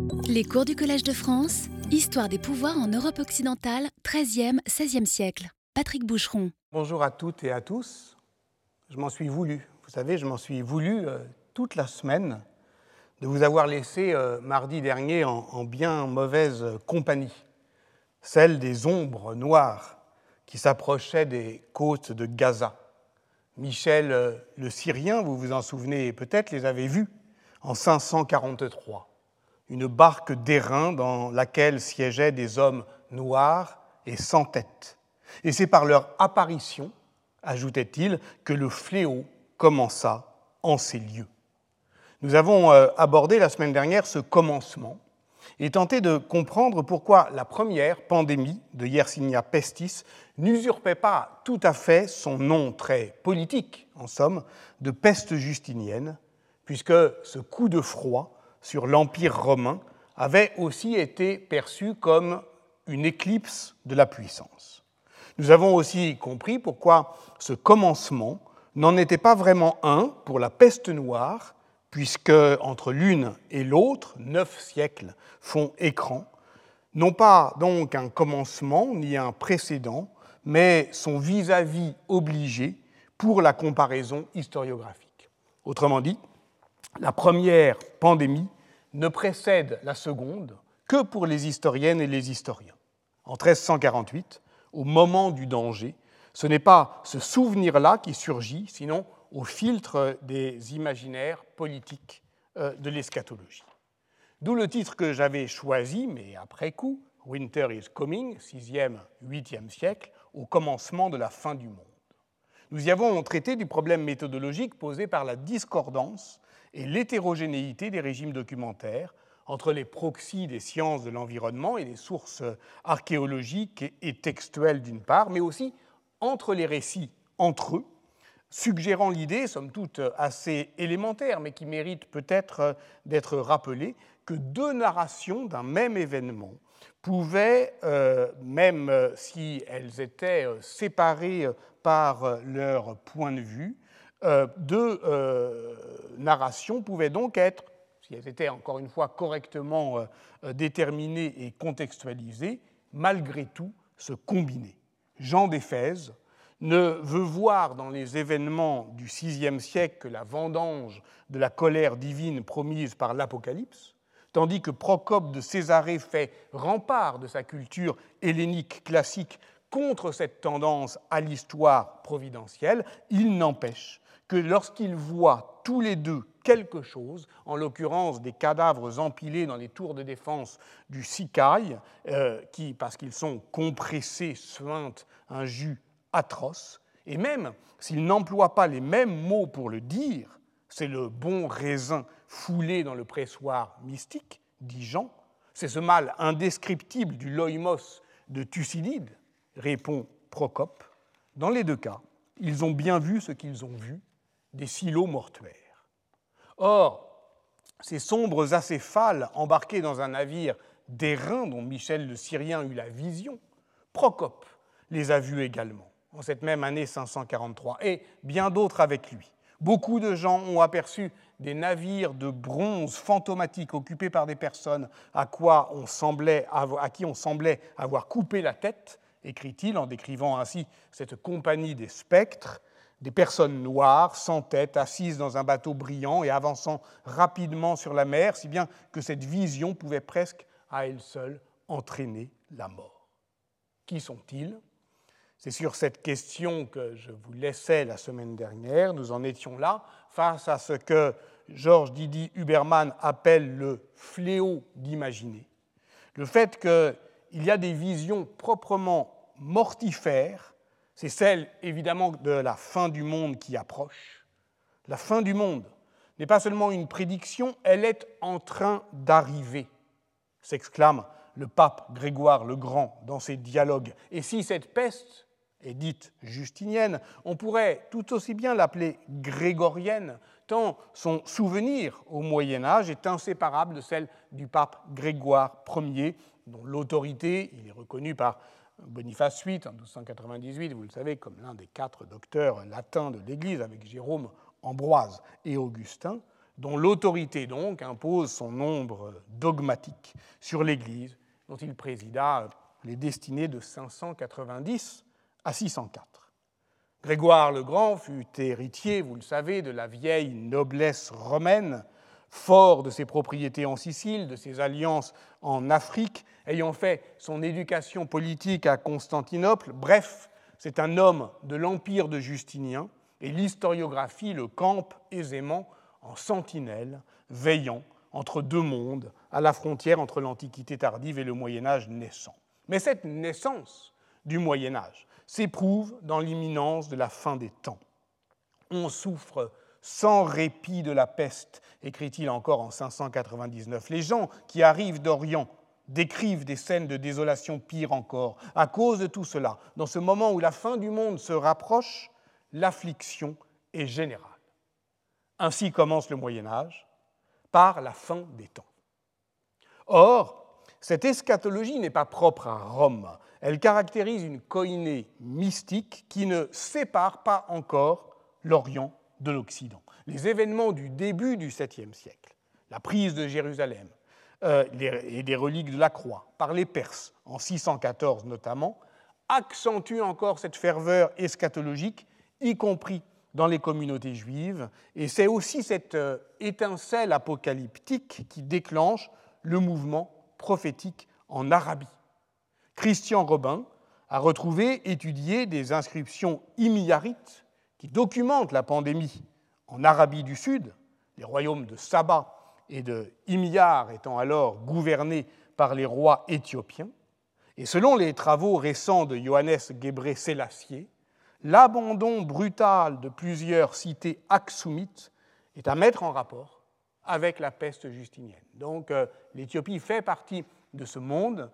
Les cours du Collège de France, Histoire des pouvoirs en Europe occidentale, XIIIe, XVIe siècle. Patrick Boucheron. Bonjour à toutes et à tous. Je m'en suis voulu. Vous savez, je m'en suis voulu toute la semaine de vous avoir laissé mardi dernier en bien mauvaise compagnie, celle des ombres noires qui s'approchaient des côtes de Gaza. Michel le Syrien, vous vous en souvenez peut-être, les avait vus en 543. Une barque d'airain dans laquelle siégeaient des hommes noirs et sans tête. Et c'est par leur apparition, ajoutait-il, que le fléau commença en ces lieux. Nous avons abordé la semaine dernière ce commencement et tenté de comprendre pourquoi la première pandémie de Yersinia pestis n'usurpait pas tout à fait son nom très politique, en somme, de peste justinienne, puisque ce coup de froid sur l'Empire romain avait aussi été perçu comme une éclipse de la puissance. Nous avons aussi compris pourquoi ce commencement n'en était pas vraiment un pour la peste noire, puisque entre l'une et l'autre, 9 siècles font écran, non pas donc un commencement ni un précédent, mais son vis-à-vis obligé pour la comparaison historiographique. Autrement dit, la première pandémie ne précède la seconde que pour les historiennes et les historiens. En 1348, au moment du danger, ce n'est pas ce souvenir-là qui surgit, sinon au filtre des imaginaires politiques de l'eschatologie. D'où le titre que j'avais choisi, mais après coup, Winter is Coming, 6e, 8e siècle, au commencement de la fin du monde. Nous y avons traité du problème méthodologique posé par la discordance et l'hétérogénéité des régimes documentaires entre les proxys des sciences de l'environnement et les sources archéologiques et textuelles d'une part, mais aussi entre les récits entre eux, suggérant l'idée, somme toute assez élémentaire, mais qui mérite peut-être d'être rappelée, que deux narrations d'un même événement pouvaient, même si elles étaient séparées par leur point de vue, deux narrations pouvaient donc être, si elles étaient encore une fois correctement déterminées et contextualisées, malgré tout se combiner. Jean d'Éphèse ne veut voir dans les événements du VIe siècle que la vendange de la colère divine promise par l'Apocalypse, tandis que Procope de Césarée fait rempart de sa culture hellénique classique contre cette tendance à l'histoire providentielle. Il n'empêche que lorsqu'ils voient tous les deux quelque chose, en l'occurrence des cadavres empilés dans les tours de défense du Sicaï, qui, parce qu'ils sont compressés, suintent un jus atroce, et même s'ils n'emploient pas les mêmes mots pour le dire, c'est le bon raisin foulé dans le pressoir mystique, dit Jean, c'est ce mal indescriptible du loïmos de Thucydide, répond Procope. Dans les deux cas, ils ont bien vu ce qu'ils ont vu, des silos mortuaires. Or, ces sombres acéphales embarqués dans un navire d'airain dont Michel le Syrien eut la vision, Procope les a vus également, en cette même année 543, et bien d'autres avec lui. Beaucoup de gens ont aperçu des navires de bronze fantomatiques occupés par des personnes à qui on semblait avoir coupé la tête, écrit-il en décrivant ainsi cette compagnie des spectres, des personnes noires, sans tête, assises dans un bateau brillant et avançant rapidement sur la mer, si bien que cette vision pouvait presque, à elle seule, entraîner la mort. Qui sont-ils ? C'est sur cette question que je vous laissais la semaine dernière. Nous en étions là, face à ce que Georges Didi Huberman appelle le fléau d'imaginer. Le fait qu'il y a des visions proprement mortifères, c'est celle, évidemment, de la fin du monde qui approche. La fin du monde n'est pas seulement une prédiction, elle est en train d'arriver, s'exclame le pape Grégoire le Grand dans ses dialogues. Et si cette peste est dite justinienne, on pourrait tout aussi bien l'appeler grégorienne, tant son souvenir au Moyen-Âge est inséparable de celle du pape Grégoire Ier, dont l'autorité, il est reconnu par Boniface VIII en 1298, vous le savez, comme l'un des 4 docteurs latins de l'Église, avec Jérôme, Ambroise et Augustin, dont l'autorité donc impose son ombre dogmatique sur l'Église, dont il présida les destinées de 590 à 604. Grégoire le Grand fut héritier, vous le savez, de la vieille noblesse romaine, fort de ses propriétés en Sicile, de ses alliances en Afrique, ayant fait son éducation politique à Constantinople. Bref, c'est un homme de l'empire de Justinien, et l'historiographie le campe aisément en sentinelle, veillant entre deux mondes, à la frontière entre l'Antiquité tardive et le Moyen-Âge naissant. Mais cette naissance du Moyen-Âge s'éprouve dans l'imminence de la fin des temps. On souffre sans répit de la peste, écrit-il encore en 599. Les gens qui arrivent d'Orient décrivent des scènes de désolation pires encore. À cause de tout cela, dans ce moment où la fin du monde se rapproche, l'affliction est générale. Ainsi commence le Moyen-Âge, par la fin des temps. Or, cette eschatologie n'est pas propre à Rome. Elle caractérise une koiné mystique qui ne sépare pas encore l'Orient de l'Occident. Les événements du début du 7e siècle, la prise de Jérusalem et des reliques de la croix par les Perses, en 614 notamment, accentuent encore cette ferveur eschatologique, y compris dans les communautés juives, et c'est aussi cette étincelle apocalyptique qui déclenche le mouvement prophétique en Arabie. Christian Robin a retrouvé, étudié des inscriptions himyarites qui documentent la pandémie en Arabie du Sud, les royaumes de Saba et de Himyar étant alors gouvernés par les rois éthiopiens. Et selon les travaux récents de Johannes Gebré Sélassié, l'abandon brutal de plusieurs cités aksoumites est à mettre en rapport avec la peste justinienne. Donc l'Éthiopie fait partie de ce monde,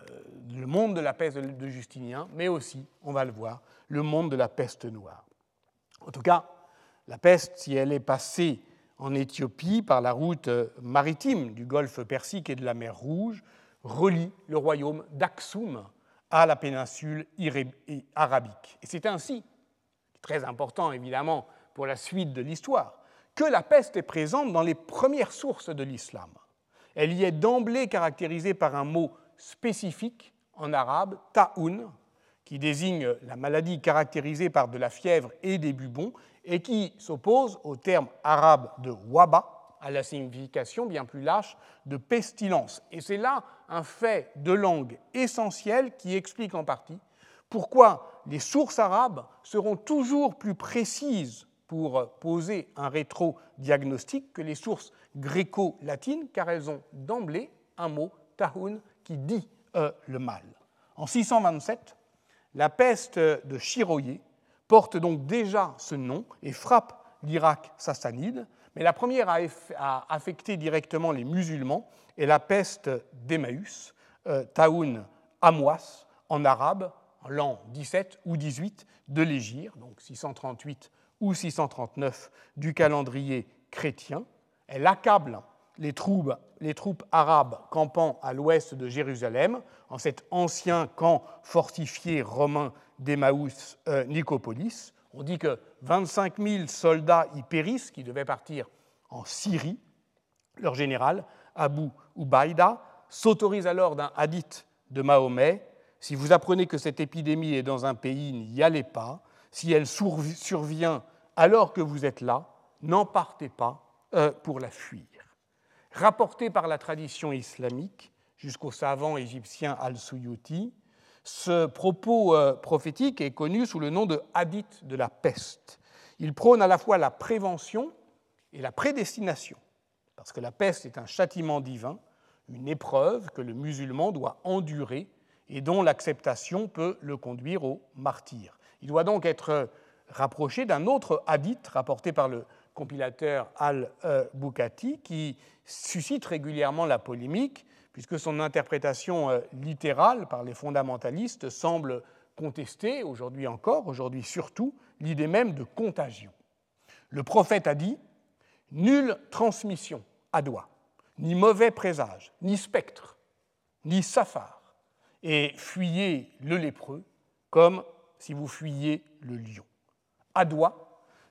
le monde de la peste de Justinien, mais aussi, on va le voir, le monde de la peste noire. En tout cas, la peste, si elle est passée en Éthiopie par la route maritime du golfe Persique et de la mer Rouge, relie le royaume d'Aksum à la péninsule arabique. Et c'est ainsi, très important évidemment pour la suite de l'histoire, que la peste est présente dans les premières sources de l'islam. Elle y est d'emblée caractérisée par un mot spécifique en arabe, ta'oun, qui désigne la maladie caractérisée par de la fièvre et des bubons, et qui s'oppose au terme arabe de waba, à la signification bien plus lâche de pestilence. Et c'est là un fait de langue essentiel qui explique en partie pourquoi les sources arabes seront toujours plus précises pour poser un rétro-diagnostic que les sources gréco-latines, car elles ont d'emblée un mot, tahoun, qui dit le mal. En 627, la peste de Chiroyé porte donc déjà ce nom et frappe l'Irak sassanide, mais la première à affecter directement les musulmans est la peste d'Emmaüs, Taoun Amwas, en arabe, en l'an 17 ou 18 de l'Hégire, donc 638 ou 639 du calendrier chrétien. Elle accable les troupes arabes campant à l'ouest de Jérusalem, en cet ancien camp fortifié romain d'Emmaüs-Nicopolis. On dit que 25 000 soldats y périssent, qui devaient partir en Syrie. Leur général, Abu Ubaïda, s'autorise alors d'un hadith de Mahomet: « Si vous apprenez que cette épidémie est dans un pays, n'y allez pas. Si elle survient alors que vous êtes là, n'en partez pas pour la fuir. » Rapporté par la tradition islamique jusqu'au savant égyptien Al-Suyuti, ce propos prophétique est connu sous le nom de hadith de la peste. Il prône à la fois la prévention et la prédestination, parce que la peste est un châtiment divin, une épreuve que le musulman doit endurer et dont l'acceptation peut le conduire au martyre. Il doit donc être rapproché d'un autre hadith rapporté par le compilateur Al-Bukhati qui suscite régulièrement la polémique, puisque son interprétation littérale par les fondamentalistes semble contester, aujourd'hui encore, aujourd'hui surtout, l'idée même de contagion. Le prophète a dit « Nulle transmission à doigt, ni mauvais présage, ni spectre, ni safar, et fuyez le lépreux comme si vous fuyiez le lion. » À doigt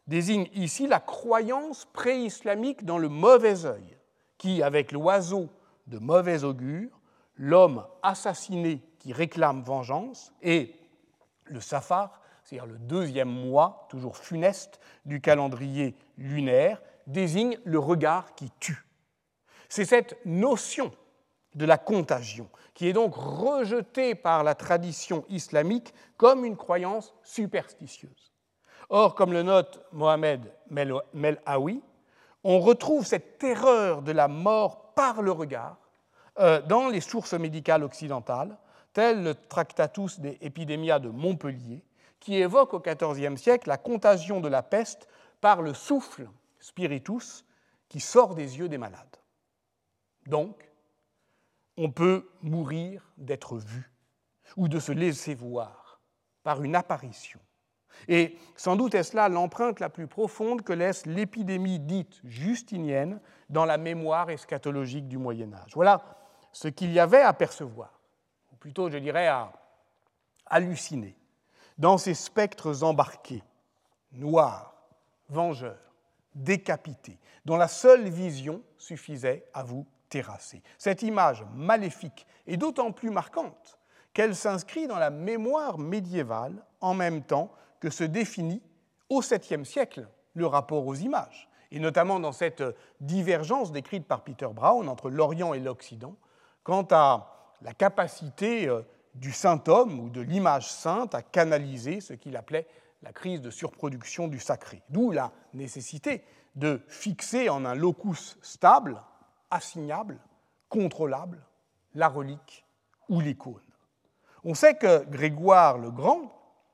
désigne ici la croyance pré-islamique dans le mauvais œil, qui, avec l'oiseau de mauvais augure, l'homme assassiné qui réclame vengeance, et le safar, c'est-à-dire le deuxième mois, toujours funeste, du calendrier lunaire, désigne le regard qui tue. C'est cette notion de la contagion qui est donc rejetée par la tradition islamique comme une croyance superstitieuse. Or, comme le note Mohamed Melhaoui, on retrouve cette terreur de la mort par le regard dans les sources médicales occidentales, tel le Tractatus de Epidemia de Montpellier, qui évoque au XIVe siècle la contagion de la peste par le souffle, spiritus, qui sort des yeux des malades. Donc, on peut mourir d'être vu ou de se laisser voir par une apparition. Et sans doute est-ce là l'empreinte la plus profonde que laisse l'épidémie dite justinienne dans la mémoire eschatologique du Moyen-Âge. Voilà ce qu'il y avait à percevoir, ou plutôt, je dirais, à halluciner, dans ces spectres embarqués, noirs, vengeurs, décapités, dont la seule vision suffisait à vous terrasser. Cette image maléfique est d'autant plus marquante qu'elle s'inscrit dans la mémoire médiévale en même temps que se définit au VIIe siècle le rapport aux images, et notamment dans cette divergence décrite par Peter Brown entre l'Orient et l'Occident quant à la capacité du saint homme ou de l'image sainte à canaliser ce qu'il appelait la crise de surproduction du sacré, d'où la nécessité de fixer en un locus stable, assignable, contrôlable, la relique ou l'icône. On sait que Grégoire le Grand,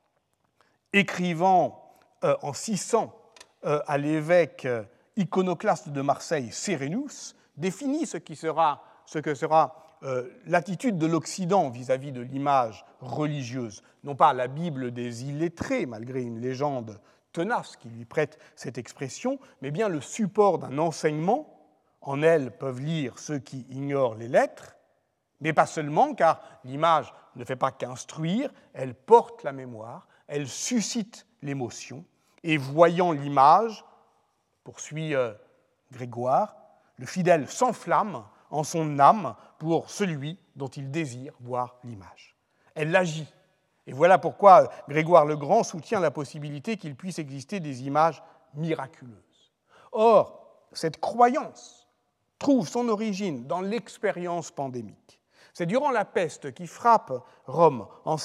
écrivant en 600 à l'évêque iconoclaste de Marseille, Sérénus, définit ce que sera l'attitude de l'Occident vis-à-vis de l'image religieuse. Non pas la Bible des illettrés, malgré une légende tenace qui lui prête cette expression, mais bien le support d'un enseignement. En elle peuvent lire ceux qui ignorent les lettres, mais pas seulement, car l'image ne fait pas qu'instruire, elle porte la mémoire, elle suscite l'émotion, et voyant l'image, poursuit Grégoire, le fidèle s'enflamme en son âme pour celui dont il désire voir l'image. Elle agit, et voilà pourquoi Grégoire le Grand soutient la possibilité qu'il puisse exister des images miraculeuses. Or, cette croyance trouve son origine dans l'expérience pandémique. C'est durant la peste qui frappe Rome en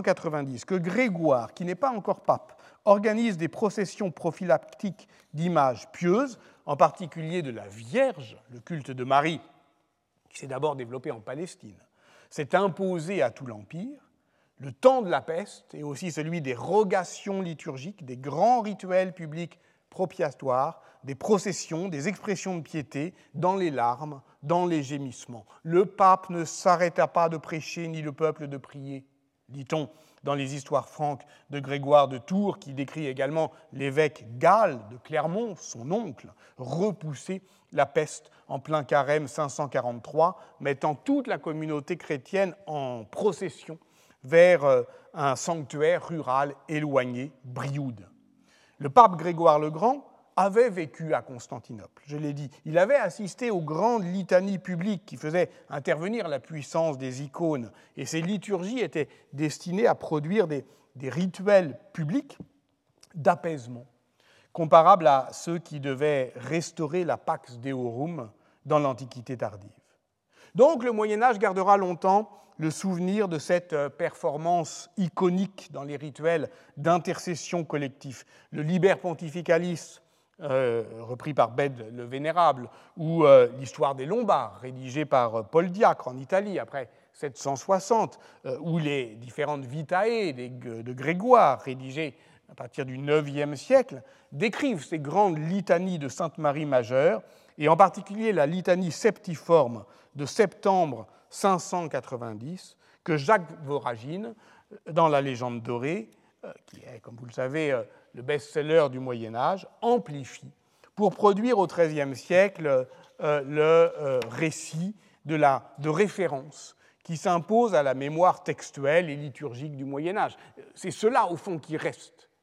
590 que Grégoire, qui n'est pas encore pape, organise des processions prophylactiques d'images pieuses, en particulier de la Vierge, le culte de Marie, qui s'est d'abord développé en Palestine, s'est imposé à tout l'Empire. Le temps de la peste et aussi celui des rogations liturgiques, des grands rituels publics propiatoires, des processions, des expressions de piété, dans les larmes, dans les gémissements. Le pape ne s'arrêta pas de prêcher, ni le peuple de prier, dit-on dans les histoires franques de Grégoire de Tours, qui décrit également l'évêque Gall de Clermont, son oncle, repousser la peste en plein carême 543, mettant toute la communauté chrétienne en procession vers un sanctuaire rural éloigné, Brioude. Le pape Grégoire le Grand avait vécu à Constantinople, je l'ai dit. Il avait assisté aux grandes litanies publiques qui faisaient intervenir la puissance des icônes, et ces liturgies étaient destinées à produire des rituels publics d'apaisement, comparables à ceux qui devaient restaurer la Pax Deorum dans l'Antiquité tardive. Donc le Moyen-Âge gardera longtemps le souvenir de cette performance iconique dans les rituels d'intercession collective. Le Liber Pontificalis, repris par Bède le Vénérable, ou l'Histoire des Lombards, rédigée par Paul Diacre en Italie après 760, ou les différentes Vitae de Grégoire, rédigées à partir du IXe siècle, décrivent ces grandes litanies de Sainte Marie Majeure, et en particulier la litanie septiforme de septembre 590, que Jacques Voragine, dans La Légende dorée, qui est, comme vous le savez, le best-seller du Moyen-Âge, amplifie pour produire au XIIIe siècle le récit de référence qui s'impose à la mémoire textuelle et liturgique du Moyen-Âge. C'est cela, au fond, qui reste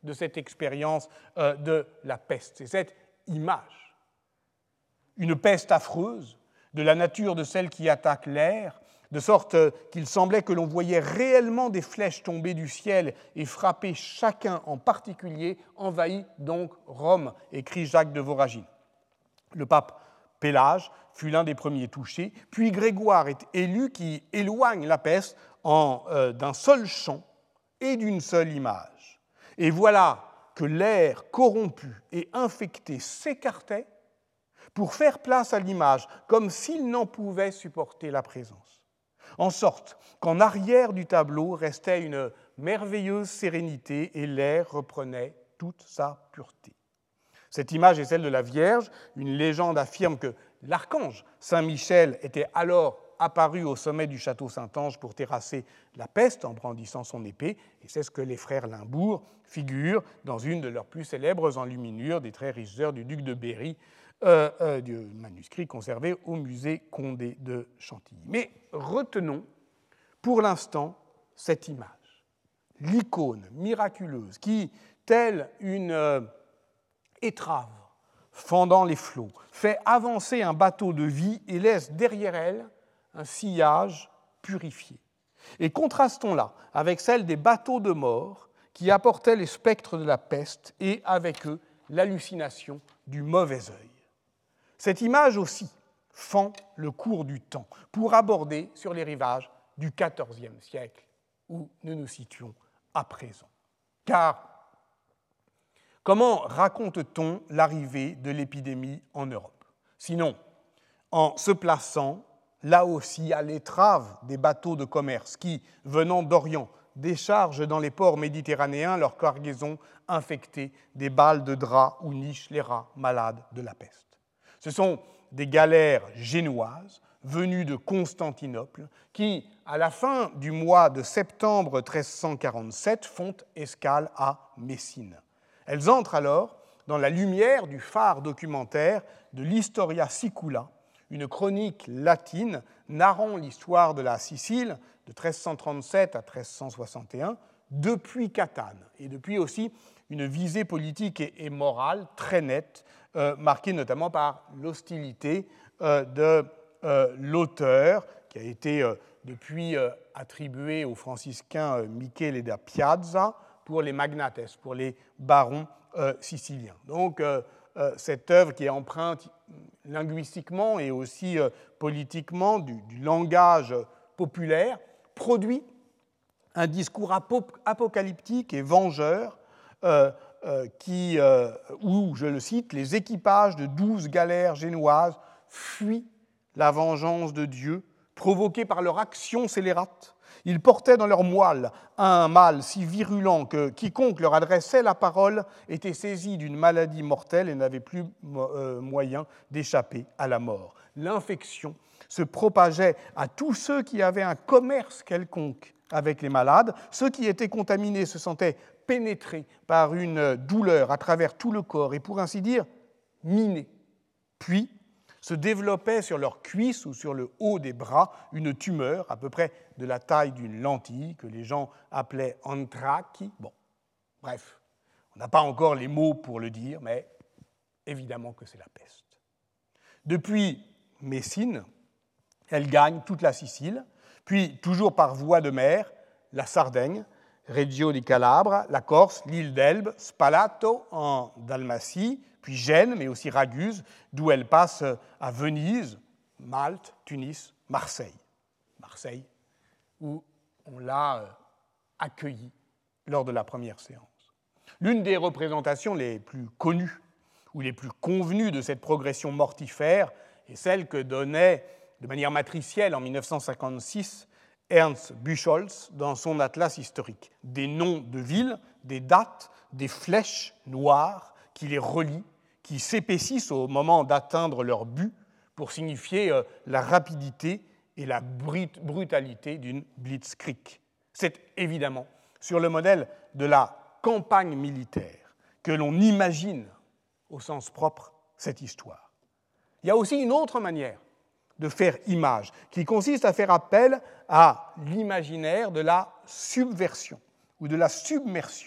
de cette expérience de la peste. C'est cette image. Une peste affreuse, de la nature de celle qui attaque l'air, de sorte qu'il semblait que l'on voyait réellement des flèches tomber du ciel et frapper chacun en particulier, envahit donc Rome, écrit Jacques de Voragine. Le pape Pélage fut l'un des premiers touchés, puis Grégoire est élu qui éloigne la peste d'un seul chant et d'une seule image. Et voilà que l'air corrompu et infecté s'écartait pour faire place à l'image, comme s'il n'en pouvait supporter la présence. En sorte qu'en arrière du tableau restait une merveilleuse sérénité et l'air reprenait toute sa pureté. Cette image est celle de la Vierge. Une légende affirme que l'archange Saint-Michel était alors apparu au sommet du château Saint-Ange pour terrasser la peste en brandissant son épée, et c'est ce que les frères Limbourg figurent dans une de leurs plus célèbres enluminures des très riches heures du duc de Berry, du manuscrit conservé au musée Condé de Chantilly. Mais retenons pour l'instant cette image, l'icône miraculeuse qui, telle une étrave fendant les flots, fait avancer un bateau de vie et laisse derrière elle un sillage purifié. Et contrastons-la avec celle des bateaux de mort qui apportaient les spectres de la peste et avec eux l'hallucination du mauvais œil. Cette image aussi fend le cours du temps pour aborder sur les rivages du XIVe siècle où nous nous situons à présent. Car comment raconte-t-on l'arrivée de l'épidémie en Europe? Sinon, en se plaçant là aussi à l'étrave des bateaux de commerce qui, venant d'Orient, déchargent dans les ports méditerranéens leurs cargaisons infectées des balles de drap où nichent les rats malades de la peste. Ce sont des galères génoises venues de Constantinople qui, à la fin du mois de septembre 1347, font escale à Messine. Elles entrent alors dans la lumière du phare documentaire de l'Historia Sicula, une chronique latine narrant l'histoire de la Sicile de 1337 à 1361 depuis Catane, et depuis aussi une visée politique et morale très nette, marquée notamment par l'hostilité de l'auteur, qui a été depuis attribué aux franciscains Michele da Piazza pour les magnates, pour les barons siciliens. Donc cette œuvre qui est empreinte linguistiquement et aussi politiquement du langage populaire produit un discours apocalyptique et vengeur où, je le cite, les équipages de 12 galères génoises fuient la vengeance de Dieu, provoquée par leur action scélérate. Ils portaient dans leur moelle un mal si virulent que quiconque leur adressait la parole était saisi d'une maladie mortelle et n'avait plus moyen d'échapper à la mort. L'infection se propageait à tous ceux qui avaient un commerce quelconque avec les malades. Ceux qui étaient contaminés se sentaient pénétrés par une douleur à travers tout le corps et, pour ainsi dire, minés. Puis se développait sur leurs cuisses ou sur le haut des bras une tumeur à peu près de la taille d'une lentille que les gens appelaient anthraki. Bon, bref, on n'a pas encore les mots pour le dire, mais évidemment que c'est la peste. Depuis Messine, elle gagne toute la Sicile, puis toujours par voie de mer, la Sardaigne, Reggio di Calabre, la Corse, l'île d'Elbe, Spalato en Dalmatie, puis Gênes, mais aussi Raguse, d'où elle passe à Venise, Malte, Tunis, Marseille. Marseille, où on l'a accueillie lors de la première séance. L'une des représentations les plus connues ou les plus convenues de cette progression mortifère est celle que donnait de manière matricielle en 1956 Ernst Buchholz dans son atlas historique. Des noms de villes, des dates, des flèches noires qui les relient, qui s'épaississent au moment d'atteindre leur but pour signifier la rapidité et la brutalité d'une blitzkrieg. C'est évidemment sur le modèle de la campagne militaire que l'on imagine au sens propre cette histoire. Il y a aussi une autre manière de faire image, qui consiste à faire appel à l'imaginaire de la subversion ou de la submersion,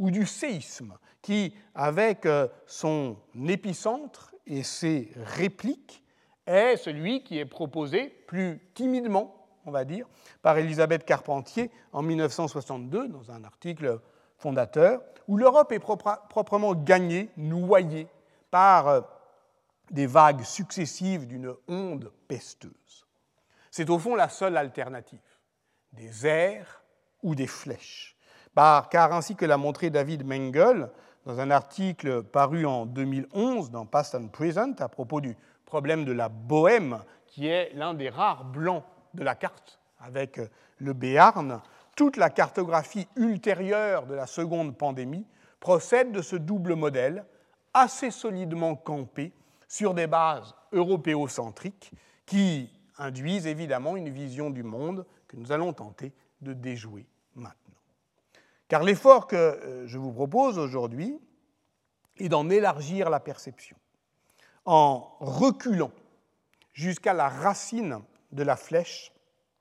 ou du séisme, qui, avec son épicentre et ses répliques, est celui qui est proposé plus timidement, on va dire, par Elisabeth Carpentier en 1962, dans un article fondateur, où l'Europe est proprement gagnée, noyée par des vagues successives d'une onde pesteuse. C'est au fond la seule alternative, des airs ou des flèches. Car ainsi que l'a montré David Mengel dans un article paru en 2011 dans Past and Present à propos du problème de la Bohème, qui est l'un des rares blancs de la carte avec le Béarn, toute la cartographie ultérieure de la seconde pandémie procède de ce double modèle assez solidement campé sur des bases européocentriques qui induisent évidemment une vision du monde que nous allons tenter de déjouer maintenant. Car l'effort que je vous propose aujourd'hui est d'en élargir la perception, en reculant jusqu'à la racine de la flèche,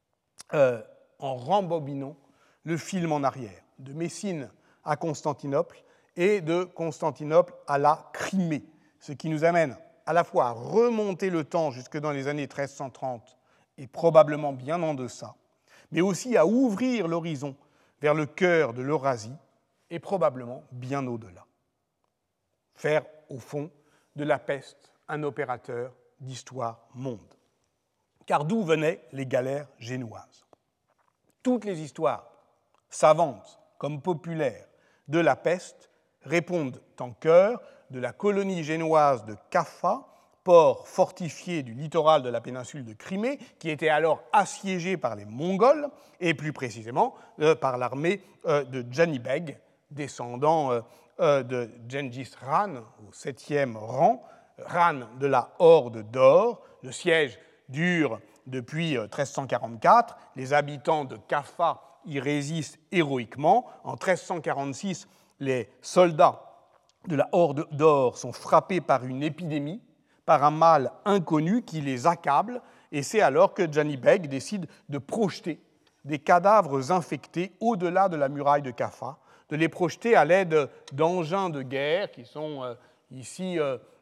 en rembobinant le film en arrière, de Messine à Constantinople et de Constantinople à la Crimée, ce qui nous amène à la fois à remonter le temps jusque dans les années 1330 et probablement bien en deçà, mais aussi à ouvrir l'horizon vers le cœur de l'Eurasie et probablement bien au-delà. Faire, au fond, de la peste un opérateur d'histoire monde. Car d'où venaient les galères génoises? Toutes les histoires, savantes comme populaires, de la peste répondent en chœur de la colonie génoise de Kaffa, port fortifié du littoral de la péninsule de Crimée, qui était alors assiégé par les Mongols, et plus précisément par l'armée de Janibeg, descendant de Gengis Khan, au 7e rang, Khan de la Horde d'Or. Le siège dure depuis 1344. Les habitants de Kaffa y résistent héroïquement. En 1346, les soldats de la Horde d'Or sont frappés par une épidémie, par un mal inconnu qui les accable, et c'est alors que Janibeg décide de projeter des cadavres infectés au-delà de la muraille de Kaffa, de les projeter à l'aide d'engins de guerre qui sont ici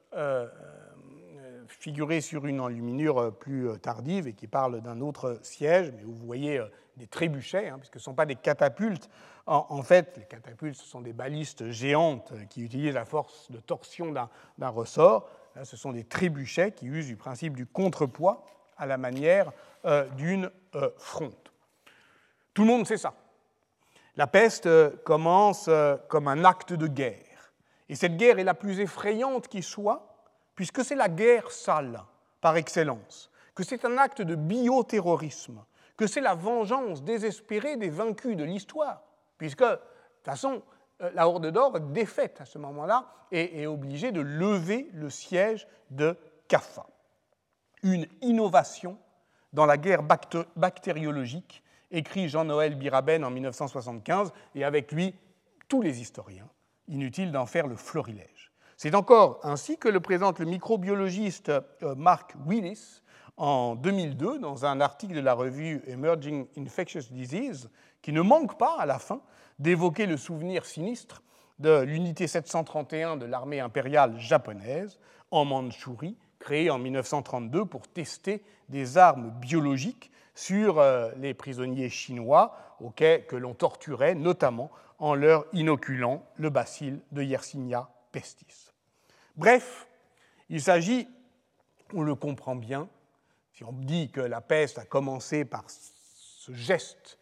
figurés sur une enluminure plus tardive et qui parlent d'un autre siège, mais où vous voyez des trébuchets, puisque ce ne sont pas des catapultes. En fait, les catapultes, ce sont des balistes géantes qui utilisent la force de torsion d'un ressort. Là, ce sont des trébuchets qui usent du principe du contrepoids à la manière d'une fronde. Tout le monde sait ça. La peste commence comme un acte de guerre. Et cette guerre est la plus effrayante qui soit, puisque c'est la guerre sale, par excellence, que c'est un acte de bioterrorisme, que c'est la vengeance désespérée des vaincus de l'histoire, puisque, de toute façon, la Horde d'Or est défaite à ce moment-là et est obligée de lever le siège de Kaffa. Une innovation dans la guerre bactériologique, écrit Jean-Noël Biraben en 1975, et avec lui tous les historiens. Inutile d'en faire le florilège. C'est encore ainsi que le présente le microbiologiste Mark Willis en 2002 dans un article de la revue Emerging Infectious Disease, qui ne manque pas, à la fin, d'évoquer le souvenir sinistre de l'unité 731 de l'armée impériale japonaise en Mandchourie, créée en 1932 pour tester des armes biologiques sur les prisonniers chinois que l'on torturait, notamment en leur inoculant le bacille de Yersinia pestis. Bref, il s'agit, on le comprend bien, si on dit que la peste a commencé par ce geste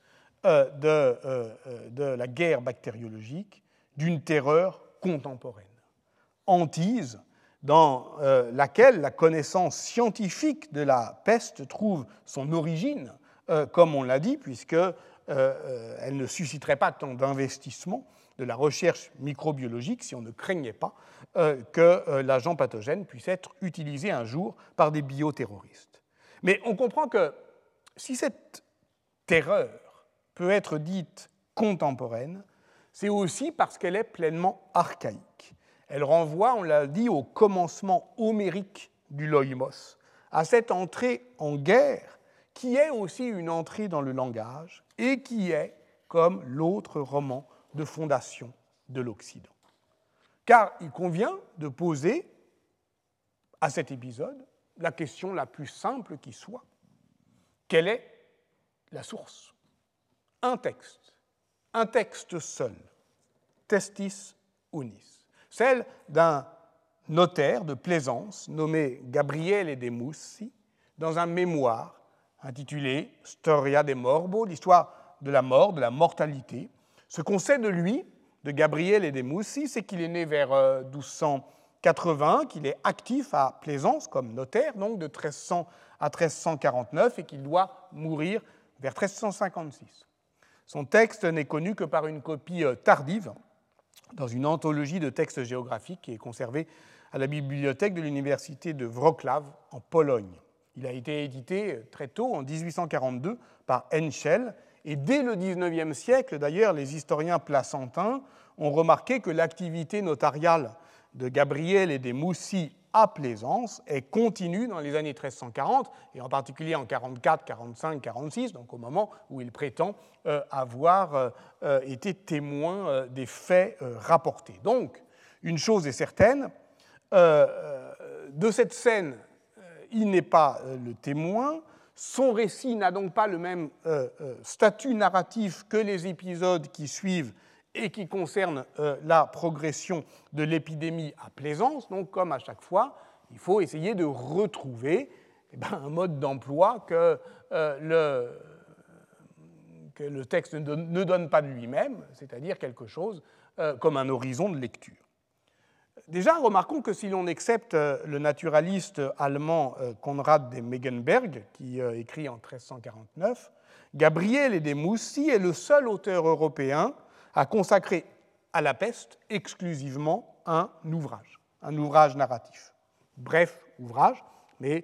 de la guerre bactériologique, d'une terreur contemporaine. Hantise dans laquelle la connaissance scientifique de la peste trouve son origine, comme on l'a dit, puisqu'elle ne susciterait pas tant d'investissement de la recherche microbiologique si on ne craignait pas que l'agent pathogène puisse être utilisé un jour par des bioterroristes. Mais on comprend que si cette terreur peut être dite contemporaine, c'est aussi parce qu'elle est pleinement archaïque. Elle renvoie, on l'a dit, au commencement homérique du loïmos, à cette entrée en guerre qui est aussi une entrée dans le langage et qui est comme l'autre roman de fondation de l'Occident. Car il convient de poser à cet épisode la question la plus simple qui soit. Quelle est la source? Un texte seul, testis unis, celle d'un notaire de Plaisance nommé Gabriele de Mussi, dans un mémoire intitulé Storia de Morbo, l'histoire de la mort, de la mortalité. Ce qu'on sait de lui, de Gabriele de Mussi, c'est qu'il est né vers 1280, qu'il est actif à Plaisance comme notaire, donc de 1300 à 1349, et qu'il doit mourir vers 1356. Son texte n'est connu que par une copie tardive dans une anthologie de textes géographiques qui est conservée à la bibliothèque de l'université de Wrocław en Pologne. Il a été édité très tôt, en 1842, par Henschel, et dès le XIXe siècle, d'ailleurs, les historiens placentins ont remarqué que l'activité notariale de Gabriele et de Mussi à Plaisance est continue dans les années 1340, et en particulier en 44, 45, 46, donc au moment où il prétend avoir été témoin des faits rapportés. Donc, une chose est certaine, de cette scène, il n'est pas le témoin. Son récit n'a donc pas le même statut narratif que les épisodes qui suivent et qui concernent la progression de l'épidémie à Plaisance. Donc, comme à chaque fois, il faut essayer de retrouver un mode d'emploi que le texte ne donne pas de lui-même, c'est-à-dire quelque chose comme un horizon de lecture. Déjà, remarquons que si l'on accepte le naturaliste allemand Konrad de Megenberg, qui écrit en 1349, Gabriele de Mussi est le seul auteur européen à consacrer à la peste exclusivement un ouvrage narratif. Bref ouvrage, mais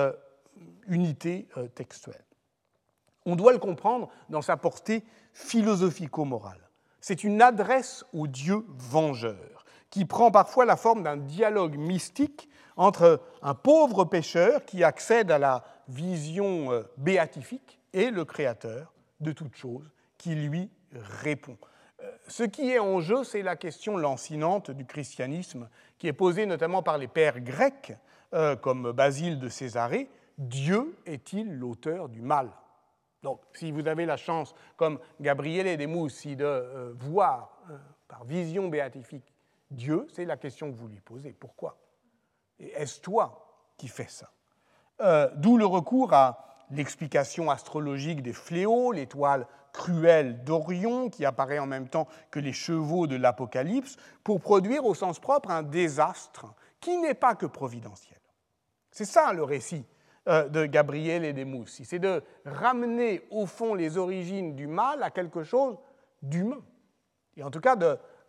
unité textuelle. On doit le comprendre dans sa portée philosophico-morale. C'est une adresse au Dieu vengeur, qui prend parfois la forme d'un dialogue mystique entre un pauvre pécheur qui accède à la vision béatifique et le Créateur de toute chose qui lui répond. Ce qui est en jeu, c'est la question lancinante du christianisme qui est posée notamment par les pères grecs, comme Basile de Césarée. Dieu est-il l'auteur du mal? Donc, si vous avez la chance, comme Gabriele de Mussi, de voir par vision béatifique Dieu, c'est la question que vous lui posez. Pourquoi? Et est-ce toi qui fais ça? D'où le recours à l'explication astrologique des fléaux, l'étoile cruelle d'Orion, qui apparaît en même temps que les chevaux de l'Apocalypse, pour produire au sens propre un désastre qui n'est pas que providentiel. C'est ça le récit de Gabriele de Mussi, c'est de ramener au fond les origines du mal à quelque chose d'humain, et en tout cas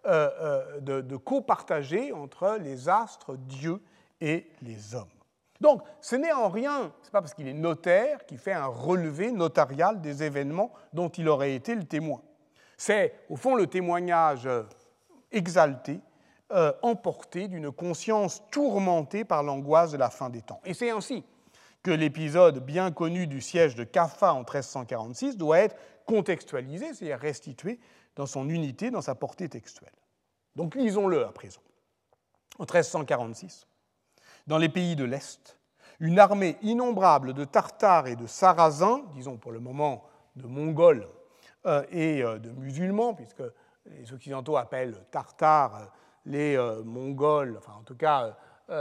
de copartager entre les astres, Dieu et les hommes. Donc, ce n'est en rien, ce n'est pas parce qu'il est notaire qu'il fait un relevé notarial des événements dont il aurait été le témoin. C'est, au fond, le témoignage exalté, emporté d'une conscience tourmentée par l'angoisse de la fin des temps. Et c'est ainsi que l'épisode bien connu du siège de Caffa en 1346 doit être contextualisé, c'est-à-dire restitué dans son unité, dans sa portée textuelle. Donc, lisons-le à présent. En 1346, dans les pays de l'Est, une armée innombrable de Tartares et de Sarrasins, disons pour le moment de Mongols et de musulmans, puisque les Occidentaux appellent Tartares les Mongols, enfin en tout cas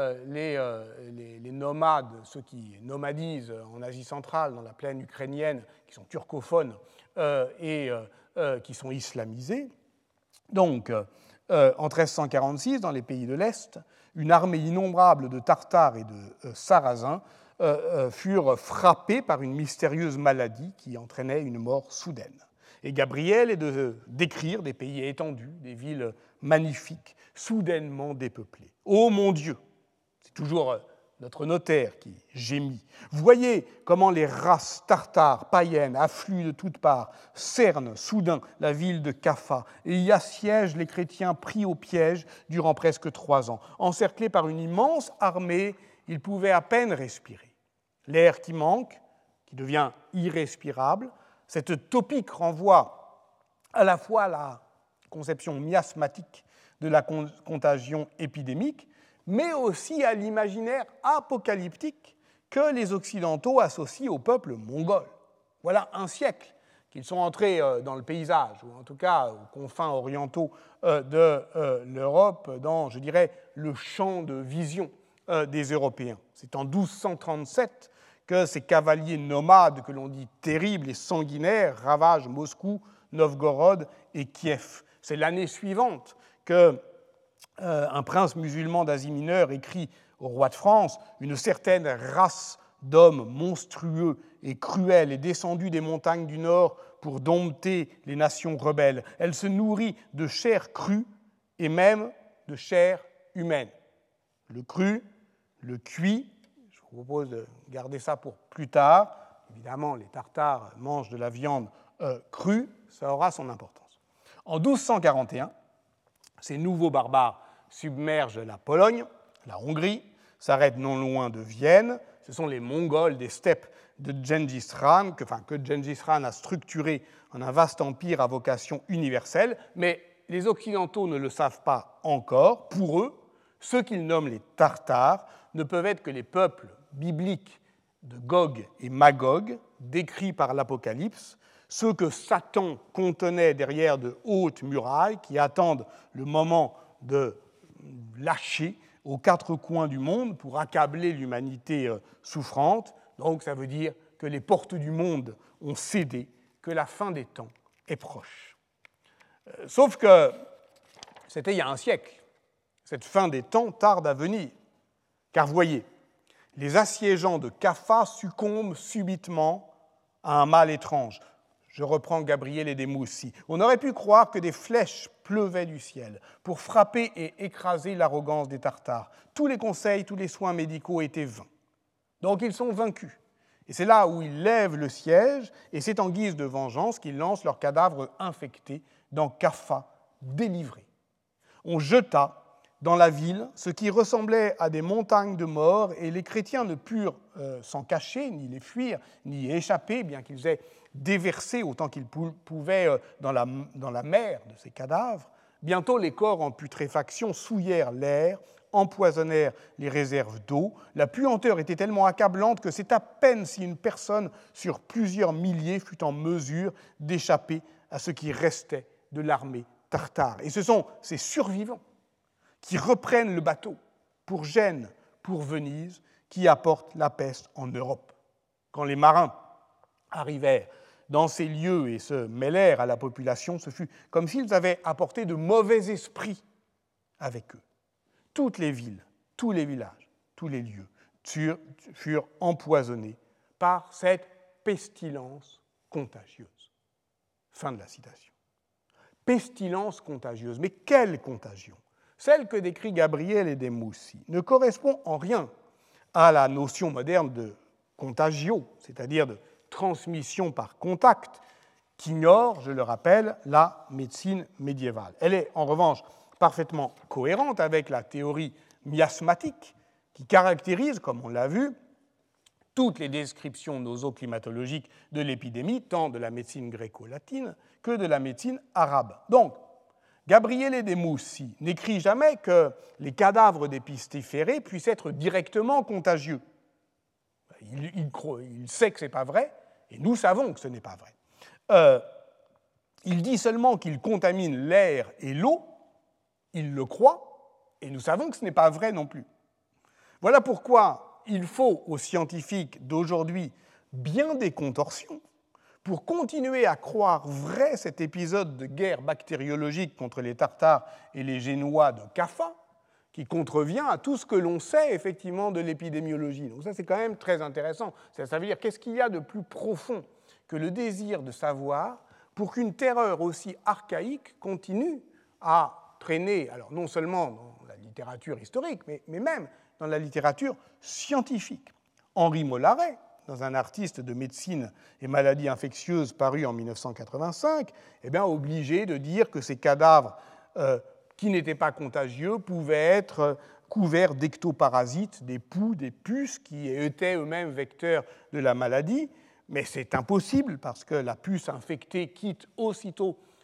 les nomades, ceux qui nomadisent en Asie centrale, dans la plaine ukrainienne, qui sont turcophones et qui sont islamisés. Donc, en 1346, dans les pays de l'Est, une armée innombrable de Tartares et de Sarrasins furent frappés par une mystérieuse maladie qui entraînait une mort soudaine. Et Gabriel est de décrire des pays étendus, des villes magnifiques, soudainement dépeuplées. « Ô mon Dieu !» c'est toujours notre notaire qui gémit. « Voyez comment les races tartares, païennes, affluent de toutes parts, cernent soudain la ville de Caffa et y assiègent les chrétiens pris au piège durant presque 3 ans. Encerclés par une immense armée, ils pouvaient à peine respirer. L'air qui manque, qui devient irrespirable, cette topique renvoie à la fois à la conception miasmatique de la contagion épidémique, mais aussi à l'imaginaire apocalyptique que les Occidentaux associent au peuple mongol. Voilà un siècle qu'ils sont entrés dans le paysage, ou en tout cas aux confins orientaux de l'Europe, dans, je dirais, le champ de vision des Européens. C'est en 1237 que ces cavaliers nomades, que l'on dit terribles et sanguinaires, ravagent Moscou, Novgorod et Kiev. C'est l'année suivante que un prince musulman d'Asie mineure écrit au roi de France: une certaine race d'hommes monstrueux et cruels est descendue des montagnes du Nord pour dompter les nations rebelles. Elle se nourrit de chair crue et même de chair humaine. Le cru, le cuit, je vous propose de garder ça pour plus tard. Évidemment, les Tartares mangent de la viande crue, ça aura son importance. En 1241, ces nouveaux barbares submergent la Pologne, la Hongrie, s'arrêtent non loin de Vienne. Ce sont les Mongols des steppes de Gengis Khan, que Gengis Khan a structuré en un vaste empire à vocation universelle, mais les Occidentaux ne le savent pas encore. Pour eux, ceux qu'ils nomment les Tartares ne peuvent être que les peuples bibliques de Gog et Magog, décrits par l'Apocalypse, ceux que Satan contenait derrière de hautes murailles qui attendent le moment de lâcher aux quatre coins du monde pour accabler l'humanité souffrante. Donc ça veut dire que les portes du monde ont cédé, que la fin des temps est proche. Sauf que c'était il y a un siècle. Cette fin des temps tarde à venir. Car voyez, les assiégeants de Kaffa succombent subitement à un mal étrange. Je reprends Gabriel et Desmoussis. On aurait pu croire que des flèches pleuvaient du ciel pour frapper et écraser l'arrogance des Tartares. Tous les conseils, tous les soins médicaux étaient vains. Donc ils sont vaincus. Et c'est là où ils lèvent le siège, et c'est en guise de vengeance qu'ils lancent leurs cadavres infectés dans Kaffa, délivrés. On jeta dans la ville ce qui ressemblait à des montagnes de morts, et les chrétiens ne purent s'en cacher, ni les fuir, ni y échapper, bien qu'ils aient déversé autant qu'ils pouvaient dans la mer de ces cadavres. Bientôt, les corps en putréfaction souillèrent l'air, empoisonnèrent les réserves d'eau. La puanteur était tellement accablante que c'est à peine si une personne sur plusieurs milliers fut en mesure d'échapper à ce qui restait de l'armée tartare. Et ce sont ces survivants qui reprennent le bateau pour Gênes, pour Venise, qui apportent la peste en Europe. Quand les marins arrivèrent dans ces lieux et se mêlèrent à la population, ce fut comme s'ils avaient apporté de mauvais esprits avec eux. Toutes les villes, tous les villages, tous les lieux furent empoisonnés par cette pestilence contagieuse. Fin de la citation. Pestilence contagieuse. Mais quelle contagion ? Celle que décrit Gabriel et Desmoussis ne correspond en rien à la notion moderne de contagio, c'est-à-dire de transmission par contact, qu'ignore, je le rappelle, la médecine médiévale. Elle est en revanche parfaitement cohérente avec la théorie miasmatique qui caractérise, comme on l'a vu, toutes les descriptions nosoclimatologiques de l'épidémie, tant de la médecine gréco-latine que de la médecine arabe. Donc, Gabriel et Desmoussis n'écrit jamais que les cadavres des pestiférés puissent être directement contagieux. Il sait que ce n'est pas vrai, et nous savons que ce n'est pas vrai. Il dit seulement qu'ils contaminent l'air et l'eau, il le croit, et nous savons que ce n'est pas vrai non plus. Voilà pourquoi il faut aux scientifiques d'aujourd'hui bien des contorsions pour continuer à croire vrai cet épisode de guerre bactériologique contre les Tartares et les Génois de Kaffa, qui contrevient à tout ce que l'on sait effectivement de l'épidémiologie. Donc ça, c'est quand même très intéressant. Ça veut dire qu'est-ce qu'il y a de plus profond que le désir de savoir pour qu'une terreur aussi archaïque continue à traîner, alors non seulement dans la littérature historique, mais même dans la littérature scientifique. Henri Mollaret, dans un artiste de médecine et maladies infectieuses paru en 1985, obligé de dire que ces cadavres qui n'étaient pas contagieux pouvaient être couverts d'ectoparasites, des poux, des puces, qui étaient eux-mêmes vecteurs de la maladie. Mais c'est impossible parce que la puce infectée quitte aussitôt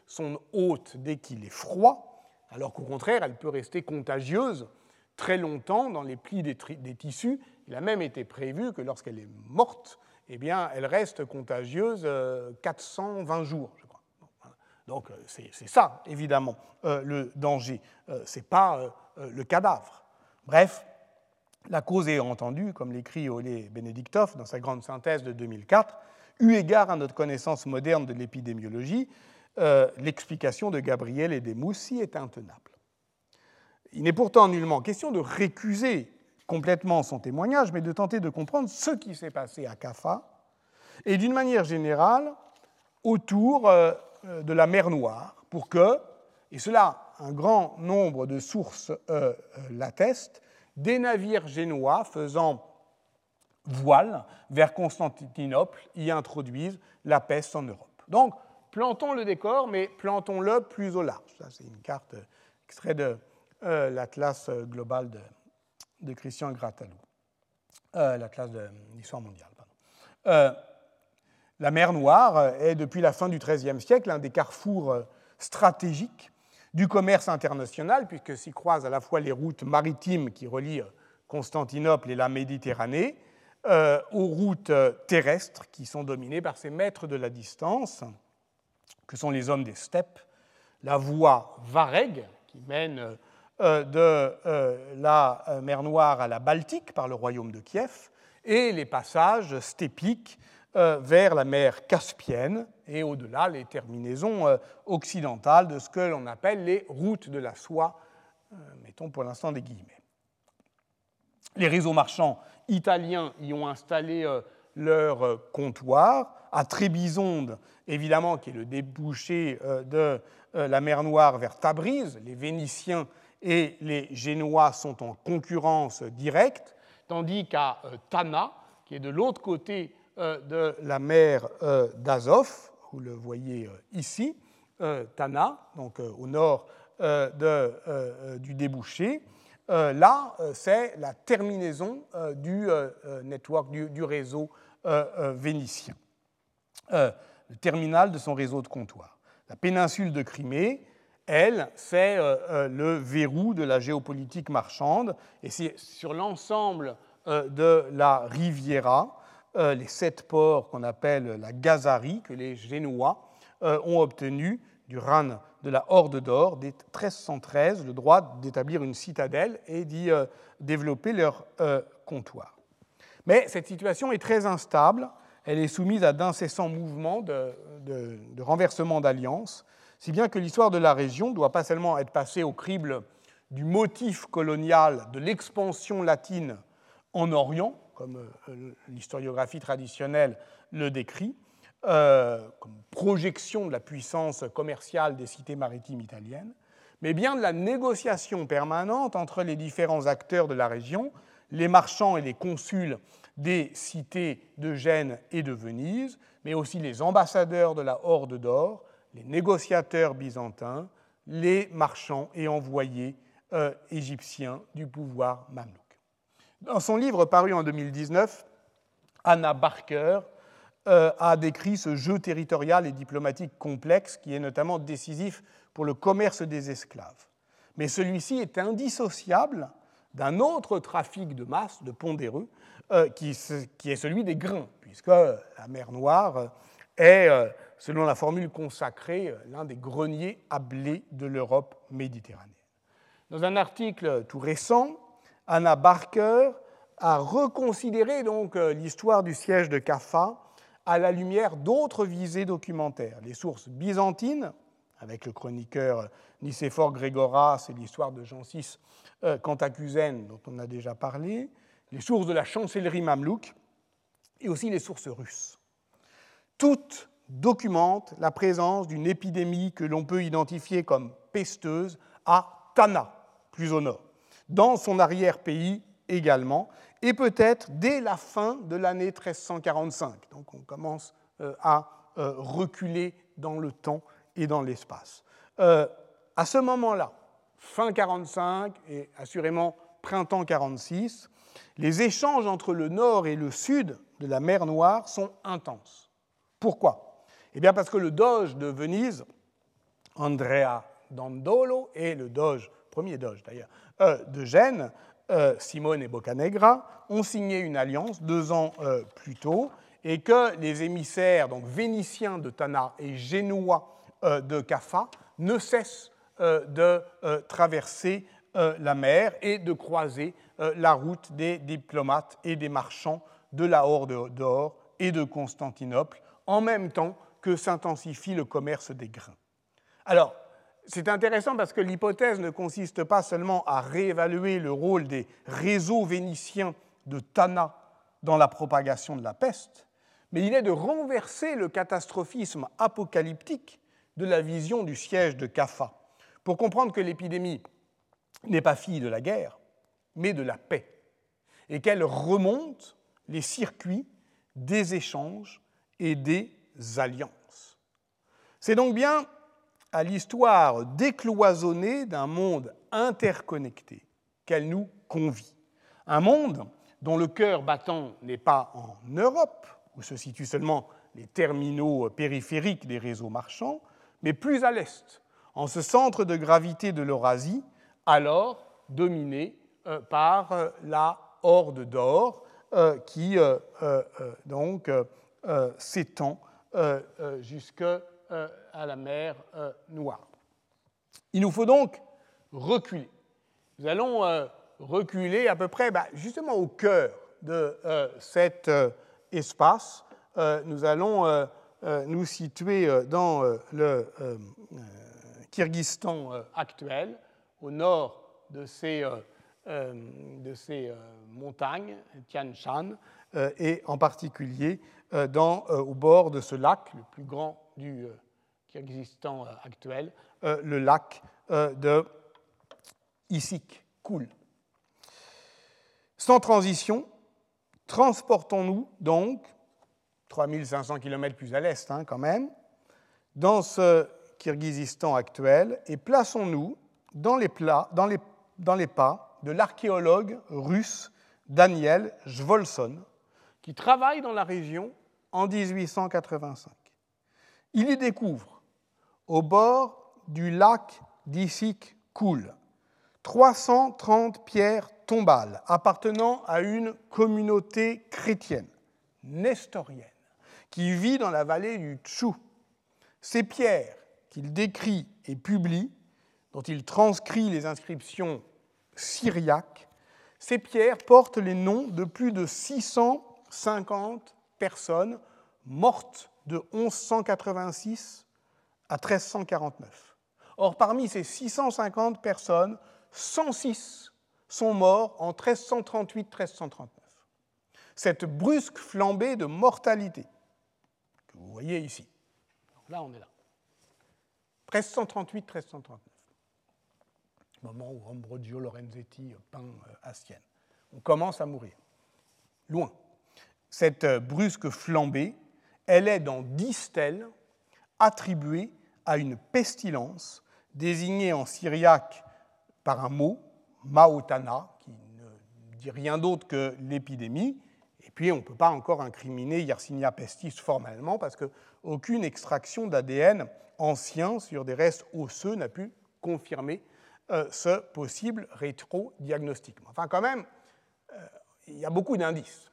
son hôte dès qu'il est froid, alors qu'au contraire, elle peut rester contagieuse très longtemps dans les plis des tissus. Il a même été prévu que lorsqu'elle est morte, eh bien, elle reste contagieuse 420 jours, je crois. Donc c'est ça, évidemment, le danger. Ce n'est pas le cadavre. Bref, la cause est entendue, comme l'écrit Ole Benediktov dans sa grande synthèse de 2004, eu égard à notre connaissance moderne de l'épidémiologie, l'explication de Gabriel et des Moussi est intenable. Il n'est pourtant nullement question de récuser complètement son témoignage, mais de tenter de comprendre ce qui s'est passé à Kaffa et d'une manière générale autour de la mer Noire pour que, et cela un grand nombre de sources l'attestent, des navires génois faisant voile vers Constantinople y introduisent la peste en Europe. Donc, plantons le décor, mais plantons-le plus au large. Ça, c'est une carte extrait de l'Atlas global de Christian Grattalou, l'Atlas de l'histoire mondiale. La mer Noire est, depuis la fin du XIIIe siècle, un des carrefours stratégiques du commerce international, puisque s'y croisent à la fois les routes maritimes qui relient Constantinople et la Méditerranée, aux routes terrestres qui sont dominées par ces maîtres de la distance, que sont les hommes des steppes, la voie Vareg, qui mène de la mer Noire à la Baltique par le royaume de Kiev, et les passages steppiques vers la mer Caspienne et au-delà les terminaisons occidentales de ce que l'on appelle les routes de la soie, mettons pour l'instant des guillemets. Les réseaux marchands italiens y ont installé leur comptoir, à Trébizonde, évidemment, qui est le débouché de la mer Noire vers Tabriz. Les Vénitiens et les Génois sont en concurrence directe, tandis qu'à Tana, qui est de l'autre côté de la mer d'Azov, vous le voyez ici, Tana, donc au nord du débouché, là, c'est la terminaison du network, du réseau vénitien, le terminal de son réseau de comptoirs. La péninsule de Crimée, elle, c'est le verrou de la géopolitique marchande, et c'est sur l'ensemble de la Riviera, les 7 ports qu'on appelle la Gazarie, que les Génois ont obtenu du Ran de la Horde d'Or, dès 1313, le droit d'établir une citadelle et d'y développer leur comptoir. Mais cette situation est très instable, elle est soumise à d'incessants mouvements de renversement d'alliances, si bien que l'histoire de la région ne doit pas seulement être passée au crible du motif colonial de l'expansion latine en Orient, comme l'historiographie traditionnelle le décrit, comme projection de la puissance commerciale des cités maritimes italiennes, mais bien de la négociation permanente entre les différents acteurs de la région, les marchands et les consuls des cités de Gênes et de Venise, mais aussi les ambassadeurs de la Horde d'Or, les négociateurs byzantins, les marchands et envoyés égyptiens du pouvoir mamelouk. Dans son livre paru en 2019, Anna Barker a décrit ce jeu territorial et diplomatique complexe qui est notamment décisif pour le commerce des esclaves. Mais celui-ci est indissociable d'un autre trafic de masse, de pondéreux, qui est celui des grains, puisque la mer Noire est, selon la formule consacrée, l'un des greniers à blé de l'Europe méditerranéenne. Dans un article tout récent, Anna Barker a reconsidéré donc l'histoire du siège de Kaffa à la lumière d'autres visées documentaires. Les sources byzantines, avec le chroniqueur Nicéphore Grégoras et l'histoire de Jean VI Cantacuzène, dont on a déjà parlé, les sources de la chancellerie mamelouk et aussi les sources russes. Toutes documentent la présence d'une épidémie que l'on peut identifier comme pesteuse à Tana, plus au nord, dans son arrière-pays également, et peut-être dès la fin de l'année 1345. Donc on commence à reculer dans le temps et dans l'espace. À ce moment-là, fin 45 et assurément printemps 46, les échanges entre le nord et le sud de la mer Noire sont intenses. Pourquoi ? Eh bien parce que le doge de Venise Andrea Dandolo et le doge, premier doge d'ailleurs, de Gênes, Simone Boccanegra, ont signé une alliance 2 ans plus tôt, et que les émissaires donc, vénitiens de Tana et génois de Caffa ne cessent de traverser la mer et de croiser la route des diplomates et des marchands de la Horde d'Or et de Constantinople, en même temps que s'intensifie le commerce des grains. Alors, c'est intéressant parce que l'hypothèse ne consiste pas seulement à réévaluer le rôle des réseaux vénitiens de Tana dans la propagation de la peste, mais il est de renverser le catastrophisme apocalyptique de la vision du siège de Caffa, pour comprendre que l'épidémie n'est pas fille de la guerre, mais de la paix, et qu'elle remonte les circuits des échanges et des alliances. C'est donc bien à l'histoire décloisonnée d'un monde interconnecté qu'elle nous convie. Un monde dont le cœur battant n'est pas en Europe, où se situent seulement les terminaux périphériques des réseaux marchands, mais plus à l'est, en ce centre de gravité de l'Eurasie, alors dominé par la Horde d'Or, qui donc s'étend jusqu'à la mer Noire. Il nous faut donc reculer. Nous allons reculer à peu près justement au cœur de cet espace. Nous allons nous situer dans le Kyrgyzstan actuel, au nord de ces montagnes, Tian Shan, et en particulier au bord de ce lac, le plus grand du Kyrgyzstan actuel, le lac de Issyk-Kul. Sans transition, transportons-nous donc, 3500 km plus à l'est quand même, dans ce Kyrgyzstan actuel et plaçons-nous dans les pas de l'archéologue russe Daniel Jvolson, qui travaille dans la région en 1885. Il y découvre, au bord du lac d'Issyk-Kul, 330 pierres tombales appartenant à une communauté chrétienne, nestorienne, qui vit dans la vallée du Tchou. Ces pierres qu'il décrit et publie, dont il transcrit les inscriptions syriaques, ces pierres portent les noms de plus de 650 personnes mortes de 1186 à 1349. Or, parmi ces 650 personnes, 106 sont morts en 1338-1339. Cette brusque flambée de mortalité que vous voyez ici, donc là on est là, 1338-1339, moment où Ambrogio Lorenzetti peint à Sienne. On commence à mourir, loin. Cette brusque flambée, elle est dans 10 stèles attribuée à une pestilence désignée en syriaque par un mot, Maotana, qui ne dit rien d'autre que l'épidémie. Et puis, on ne peut pas encore incriminer Yersinia pestis formellement parce qu'aucune extraction d'ADN ancien sur des restes osseux n'a pu confirmer ce possible rétro-diagnostic. Enfin, quand même, il y a beaucoup d'indices.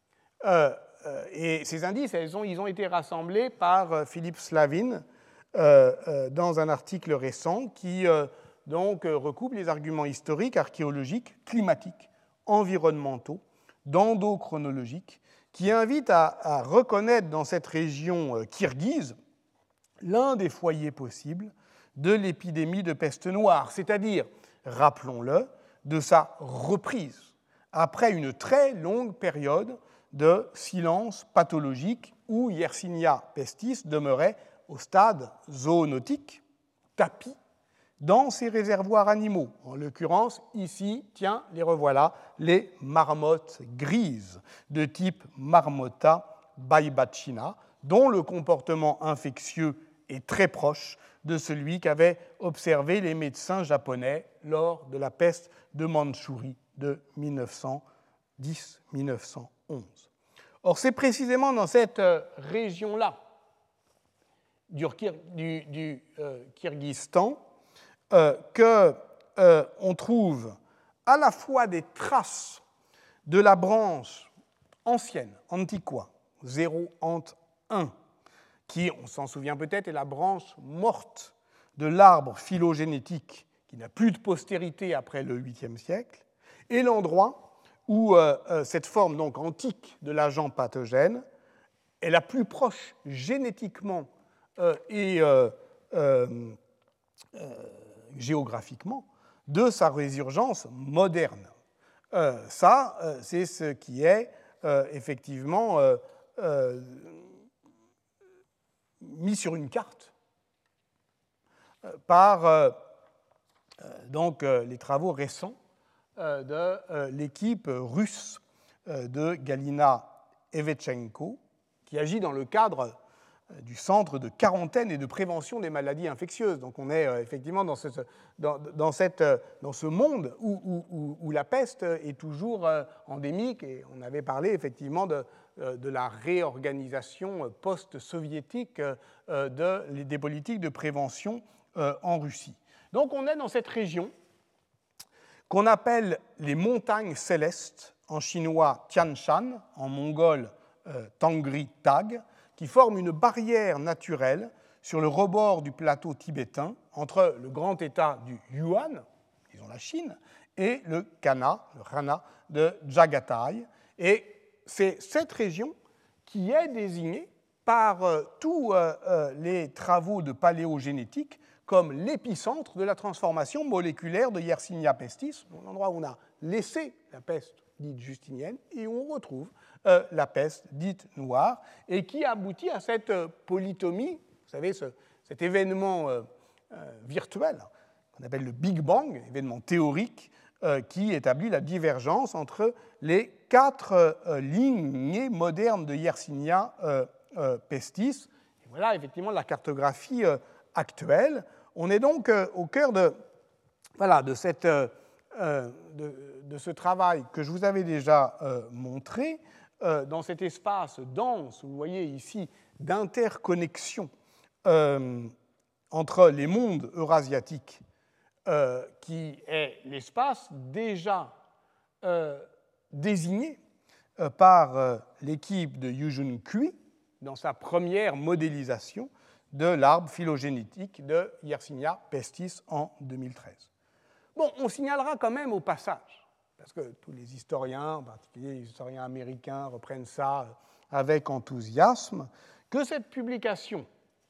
Et ces indices, ils ont été rassemblés par Philippe Slavin dans un article récent qui donc recoupe les arguments historiques, archéologiques, climatiques, environnementaux, d'endochronologiques, qui invitent à reconnaître dans cette région kirghize l'un des foyers possibles de l'épidémie de peste noire, c'est-à-dire, rappelons-le, de sa reprise après une très longue période de silence pathologique où Yersinia pestis demeurait au stade zoonotique, tapi, dans ses réservoirs animaux. En l'occurrence, ici, tiens, les revoilà, les marmottes grises de type Marmota baibachina, dont le comportement infectieux est très proche de celui qu'avaient observé les médecins japonais lors de la peste de Mandchourie de 1910-1911. Or, c'est précisément dans cette région-là du Kyrgyzstan qu'on trouve à la fois des traces de la branche ancienne, antiqua, 0 ant 1, qui, on s'en souvient peut-être, est la branche morte de l'arbre phylogénétique qui n'a plus de postérité après le 8e siècle, et l'endroit où cette forme donc antique de l'agent pathogène est la plus proche génétiquement et géographiquement de sa résurgence moderne. Ça, c'est ce qui est effectivement mis sur une carte par donc, les travaux récents de l'équipe russe de Galina Evchenko, qui agit dans le cadre du Centre de quarantaine et de prévention des maladies infectieuses. Donc on est effectivement dans ce monde où la peste est toujours endémique, et on avait parlé effectivement de la réorganisation post-soviétique des politiques de prévention en Russie. Donc on est dans cette région qu'on appelle les montagnes célestes, en chinois Tian Shan, en mongol Tangri Tag, qui forment une barrière naturelle sur le rebord du plateau tibétain entre le grand État du Yuan, disons la Chine, et le Kana, le Rana de Jagatai. Et c'est cette région qui est désignée par tous les travaux de paléogénétique comme l'épicentre de la transformation moléculaire de Yersinia pestis, l'endroit où on a laissé la peste dite justinienne et où on retrouve la peste dite noire, et qui aboutit à cette polytomie, vous savez, cet événement virtuel qu'on appelle le Big Bang, événement théorique, qui établit la divergence entre les 4 lignées modernes de Yersinia pestis. Et voilà effectivement la cartographie actuelle. On est donc au cœur de ce travail que je vous avais déjà montré, dans cet espace dense, vous voyez ici, d'interconnexion entre les mondes eurasiatiques, qui est l'espace déjà désigné par l'équipe de Yujun Kui dans sa première modélisation de l'arbre phylogénétique de Yersinia pestis en 2013. Bon, on signalera quand même au passage, parce que tous les historiens, en particulier les historiens américains, reprennent ça avec enthousiasme, que cette publication,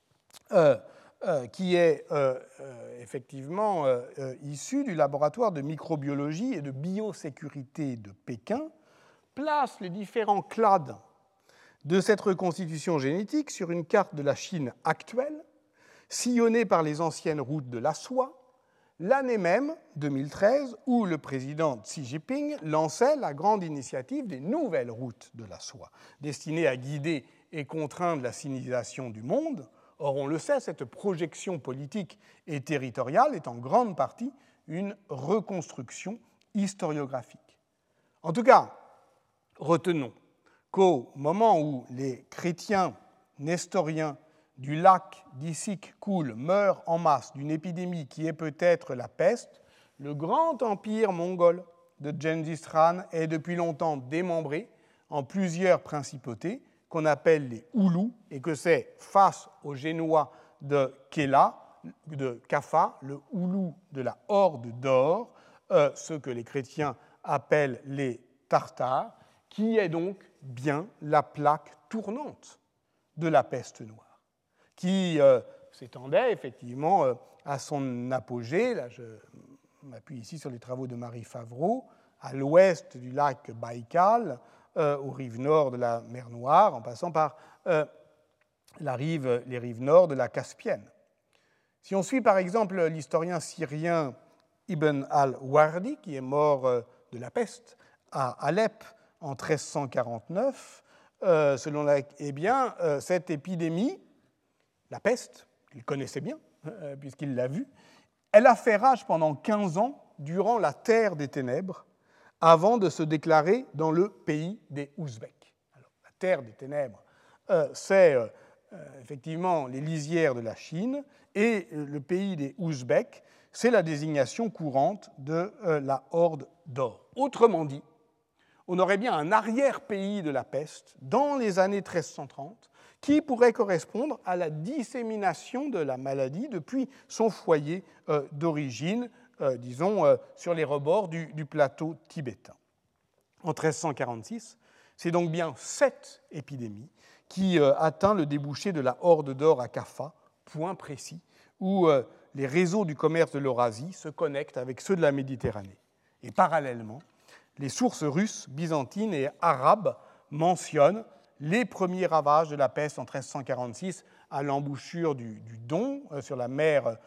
qui est effectivement issue du laboratoire de microbiologie et de biosécurité de Pékin, place les différents clades de cette reconstitution génétique sur une carte de la Chine actuelle, sillonnée par les anciennes routes de la soie, l'année même, 2013, où le président Xi Jinping lançait la grande initiative des nouvelles routes de la soie, destinée à guider et contraindre la civilisation du monde. Or, on le sait, cette projection politique et territoriale est en grande partie une reconstruction historiographique. En tout cas, retenons qu'au moment où les chrétiens nestoriens du lac d'Issyk-Kul meurent en masse d'une épidémie qui est peut-être la peste, le grand empire mongol de Gengis Khan est depuis longtemps démembré en plusieurs principautés qu'on appelle les Oulous, et que c'est face aux Génois de Kaffa, le Oulou de la Horde d'Or, ce que les chrétiens appellent les Tartares, qui est donc bien la plaque tournante de la peste noire, qui s'étendait effectivement à son apogée. Là, je m'appuie ici sur les travaux de Marie Favreau, à l'ouest du lac Baïkal, aux rives nord de la mer Noire, en passant par les rives nord de la Caspienne. Si on suit par exemple l'historien syrien Ibn al-Wardi, qui est mort de la peste à Alep en 1349, cette épidémie, la peste, il connaissait bien, puisqu'il l'a vue, elle a fait rage pendant 15 ans durant la terre des ténèbres, avant de se déclarer dans le pays des Ouzbeks. Alors, la terre des ténèbres, c'est effectivement les lisières de la Chine, et le pays des Ouzbeks, c'est la désignation courante de la Horde d'Or. Autrement dit, on aurait bien un arrière-pays de la peste dans les années 1330 qui pourrait correspondre à la dissémination de la maladie depuis son foyer d'origine, disons, sur les rebords du plateau tibétain. En 1346, c'est donc bien cette épidémie qui atteint le débouché de la Horde d'Or à Kaffa, point précis, où les réseaux du commerce de l'Eurasie se connectent avec ceux de la Méditerranée. Et parallèlement, les sources russes, byzantines et arabes mentionnent les premiers ravages de la peste en 1346 à l'embouchure du Don, sur la mer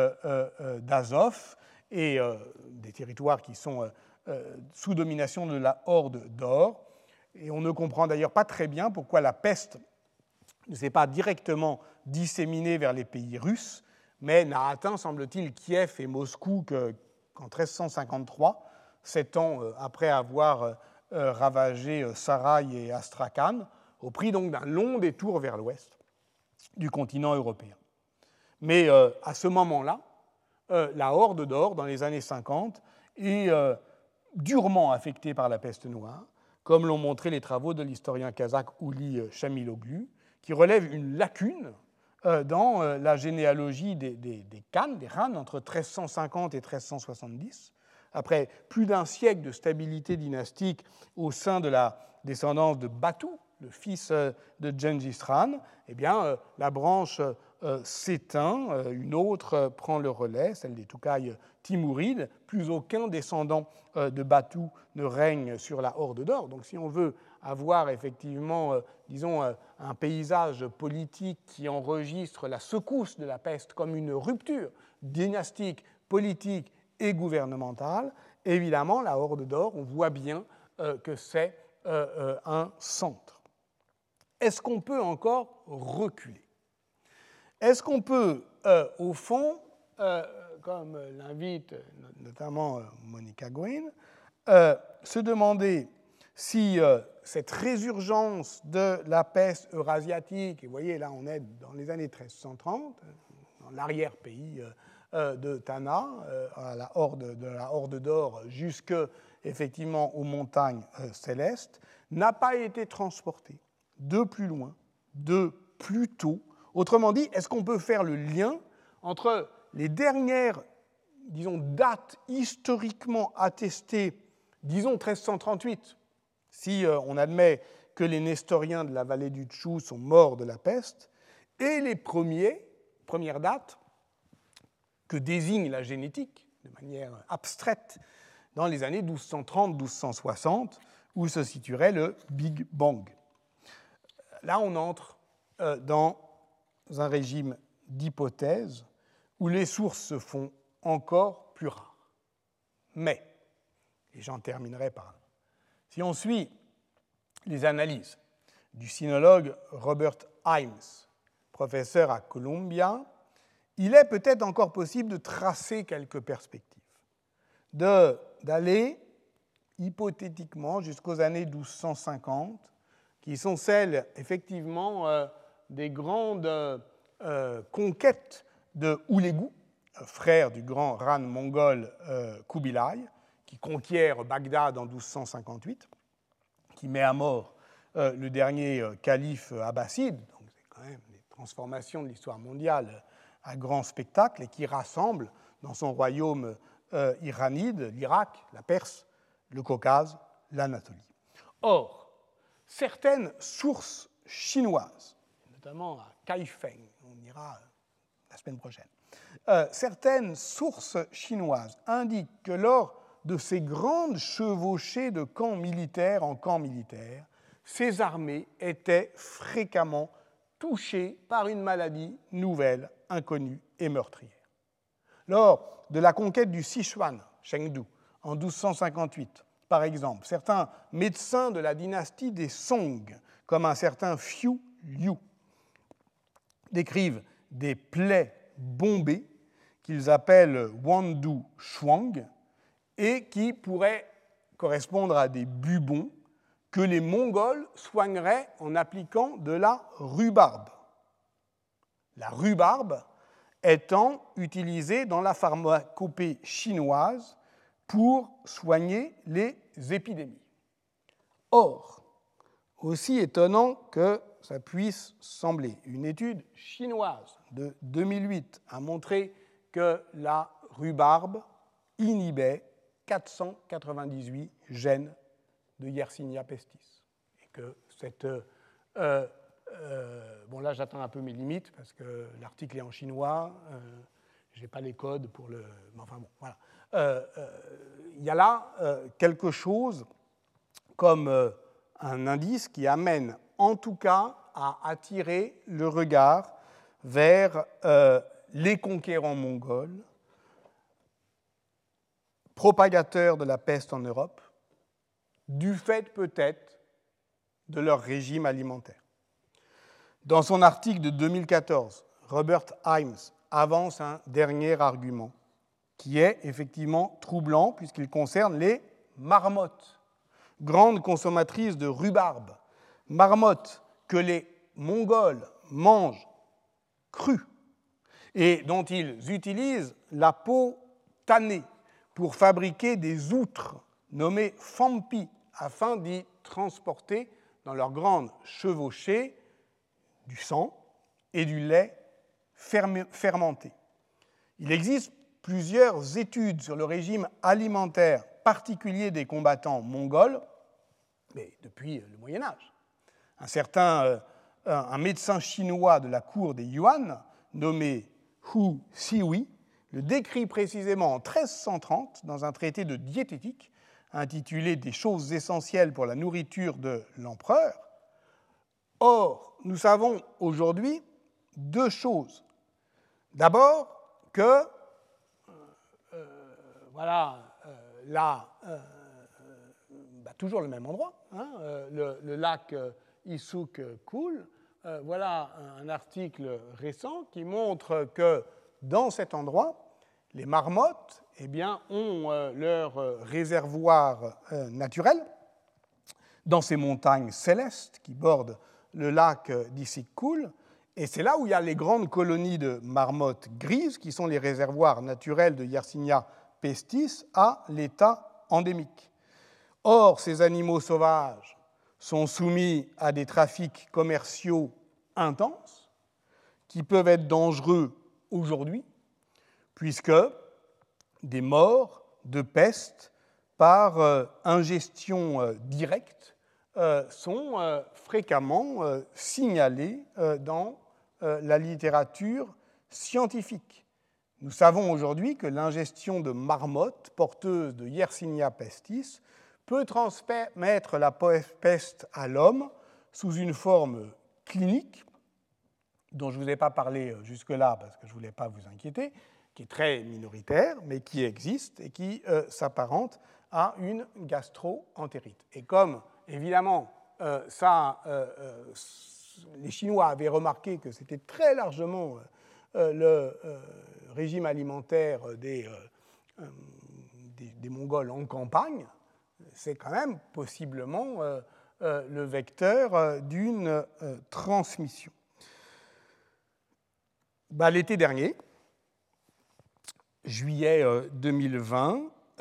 d'Azov, et des territoires qui sont sous domination de la Horde d'Or. Et on ne comprend d'ailleurs pas très bien pourquoi la peste ne s'est pas directement disséminée vers les pays russes, mais n'a atteint, semble-t-il, Kiev et Moscou qu'en 1353, 7 ans après avoir ravagé Saraï et Astrakhan, au prix donc d'un long détour vers l'ouest du continent européen. Mais à ce moment-là, la Horde d'Or, dans les années 50, est durement affectée par la peste noire, comme l'ont montré les travaux de l'historien kazakh Ouli Chamiloglu, qui relève une lacune dans la généalogie des Khan, des Han, entre 1350 et 1370. Après plus d'un siècle de stabilité dynastique au sein de la descendance de Batu, le fils de Gengis Khan, eh bien, la branche s'éteint, une autre prend le relais, celle des Toukaï Timourides. Plus aucun descendant de Batu ne règne sur la Horde d'Or. Donc si on veut avoir effectivement, disons, un paysage politique qui enregistre la secousse de la peste comme une rupture dynastique, politique et gouvernementale, évidemment, la Horde d'Or, on voit bien que c'est un centre. Est-ce qu'on peut encore reculer ? Est-ce qu'on peut, au fond, comme l'invite notamment Monica Gwynne, se demander si cette résurgence de la peste eurasiatique, et vous voyez, là on est dans les années 1330, dans l'arrière-pays de Tana, à la Horde d'Or, jusque effectivement aux montagnes célestes, n'a pas été transportée de plus loin, de plus tôt. Autrement dit, est-ce qu'on peut faire le lien entre les dernières, disons, dates historiquement attestées, disons 1338, si on admet que les nestoriens de la vallée du Tchou sont morts de la peste, et les premières dates que désigne la génétique, de manière abstraite, dans les années 1230-1260, où se situerait le Big Bang. Là, on entre dans un régime d'hypothèses où les sources se font encore plus rares. Mais, et j'en terminerai par là, si on suit les analyses du sinologue Robert Himes, professeur à Columbia, il est peut-être encore possible de tracer quelques perspectives, d'aller hypothétiquement jusqu'aux années 1250, qui sont celles, effectivement, des grandes conquêtes de Oulégou, frère du grand Khan mongol Kubilai, qui conquiert Bagdad en 1258, qui met à mort le dernier calife abbasside, donc c'est quand même des transformations de l'histoire mondiale à grand spectacle, et qui rassemble dans son royaume iranide l'Irak, la Perse, le Caucase, l'Anatolie. Or, certaines sources chinoises, notamment à Kaifeng, on ira la semaine prochaine, certaines sources chinoises indiquent que lors de ces grandes chevauchées de camp militaire en camp militaire, ces armées étaient fréquemment touchées par une maladie nouvelle, inconnue et meurtrière. Lors de la conquête du Sichuan, Chengdu, en 1258, par exemple, certains médecins de la dynastie des Song, comme un certain Fiu Liu, décrivent des plaies bombées qu'ils appellent Wandu Shuang et qui pourraient correspondre à des bubons que les Mongols soigneraient en appliquant de la rhubarbe. la rhubarbe étant utilisée dans la pharmacopée chinoise pour soigner les épidémies. Or, aussi étonnant que ça puisse sembler, une étude chinoise de 2008 a montré que la rhubarbe inhibait 498 gènes de Yersinia pestis. Et que cette... bon, là, j'atteins un peu mes limites parce que l'article est en chinois. Je n'ai pas les codes pour le... Enfin bon, voilà. Il y a là quelque chose comme un indice qui amène en tout cas à attirer le regard vers les conquérants mongols, propagateurs de la peste en Europe, du fait peut-être de leur régime alimentaire. Dans son article de 2014, Robert Himes avance un dernier argument qui est effectivement troublant puisqu'il concerne les marmottes, grandes consommatrices de rhubarbe, marmottes que les Mongols mangent crues et dont ils utilisent la peau tannée pour fabriquer des outres nommées fampi afin d'y transporter dans leurs grandes chevauchées du sang et du lait fermenté. Il existe plusieurs études sur le régime alimentaire particulier des combattants mongols, mais depuis le Moyen-Âge. Un médecin chinois de la cour des Yuan, nommé Hu Sihui, le décrit précisément en 1330 dans un traité de diététique intitulé « Des choses essentielles pour la nourriture de l'empereur ». Or, nous savons aujourd'hui deux choses. D'abord, que toujours le même endroit, le lac Issouk coule. Voilà un article récent qui montre que dans cet endroit, les marmottes ont leur réservoir naturel dans ces montagnes célestes qui bordent le lac d'Issyk-Kul. Et c'est là où il y a les grandes colonies de marmottes grises, qui sont les réservoirs naturels de Yersinia pestis à l'état endémique. Or, ces animaux sauvages sont soumis à des trafics commerciaux intenses qui peuvent être dangereux aujourd'hui, puisque des morts de peste par ingestion directe sont fréquemment signalés dans la littérature scientifique. Nous savons aujourd'hui que l'ingestion de marmottes porteuses de Yersinia pestis peut transmettre la peste à l'homme sous une forme clinique, dont je ne vous ai pas parlé jusque-là parce que je ne voulais pas vous inquiéter, qui est très minoritaire, mais qui existe et qui s'apparente à une gastro-entérite. Et comme, évidemment, les Chinois avaient remarqué que c'était très largement le régime alimentaire des Mongols en campagne, c'est quand même possiblement le vecteur d'une transmission. L'été dernier, juillet 2020,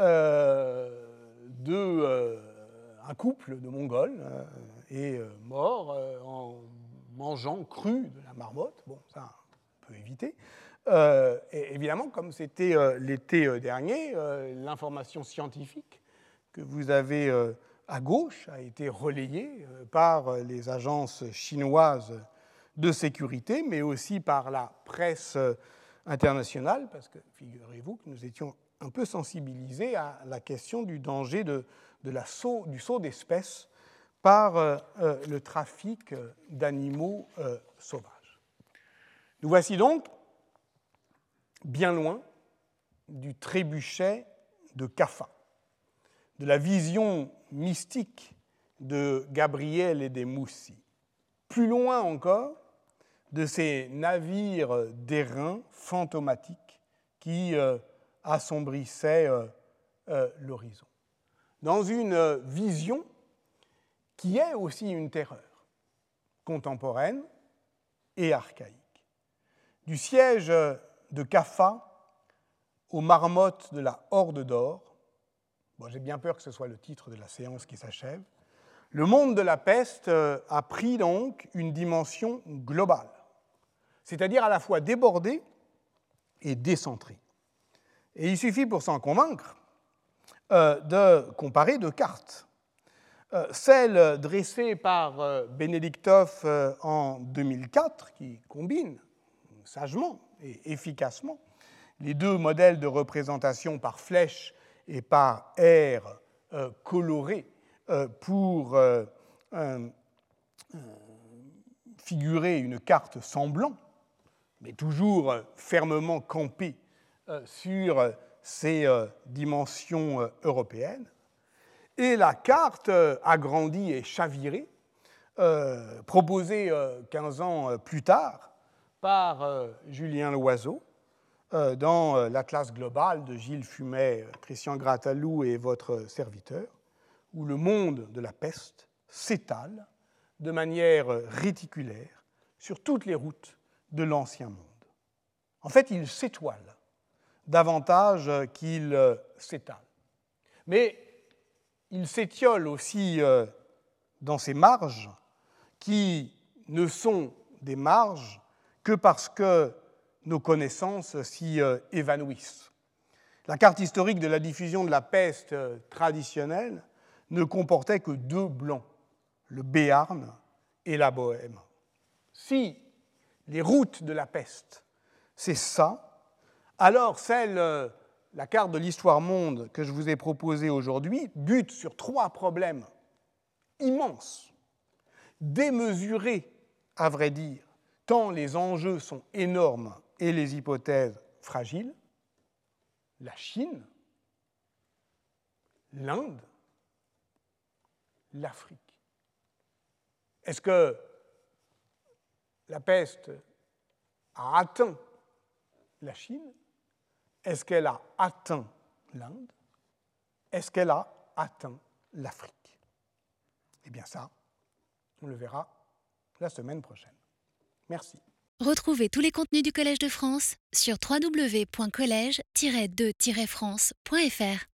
un couple de Mongols est mort en mangeant cru de la marmotte. Bon, ça, on peut éviter. Et évidemment, comme c'était l'été dernier, l'information scientifique que vous avez à gauche a été relayée par les agences chinoises de sécurité, mais aussi par la presse internationale, parce que figurez-vous que nous étions un peu sensibilisés à la question du danger du saut d'espèces par le trafic d'animaux sauvages. Nous voici donc bien loin du trébuchet de Kaffa, de la vision mystique de Gabriel et des Moussi, plus loin encore de ces navires d'airain fantomatiques qui assombrissaient l'horizon. Dans une vision qui est aussi une terreur contemporaine et archaïque. du siège de Caffa aux marmottes de la Horde d'Or, bon, j'ai bien peur que ce soit le titre de la séance qui s'achève, le monde de la peste a pris donc une dimension globale, c'est-à-dire à la fois débordée et décentrée. Et il suffit pour s'en convaincre de comparer deux cartes. Celle dressée par Benediktov en 2004, qui combine sagement et efficacement les deux modèles de représentation par flèche et par aire coloré pour figurer une carte sans blanc, mais toujours fermement campée sur ces dimensions européennes, et la carte agrandie et chavirée, proposée 15 ans plus tard par Julien Loiseau dans l'Atlas global de Gilles Fumet, Christian Grattalou et votre serviteur, où le monde de la peste s'étale de manière réticulaire sur toutes les routes de l'ancien monde. En fait, il s'étoile davantage qu'il s'étale. Mais il s'étiole aussi dans ses marges, qui ne sont des marges que parce que nos connaissances s'y évanouissent. La carte historique de la diffusion de la peste traditionnelle ne comportait que deux blancs, le Béarn et la Bohême. Si les routes de la peste, c'est ça, alors la carte de l'histoire monde que je vous ai proposée aujourd'hui bute sur trois problèmes immenses, démesurés à vrai dire, tant les enjeux sont énormes et les hypothèses fragiles: la Chine, l'Inde, l'Afrique. Est-ce que la peste a atteint la Chine? Est-ce qu'elle a atteint l'Inde? Est-ce qu'elle a atteint l'Afrique? Eh bien ça, on le verra la semaine prochaine. Merci. Retrouvez tous les contenus du Collège de France sur www.collège-2-france.fr.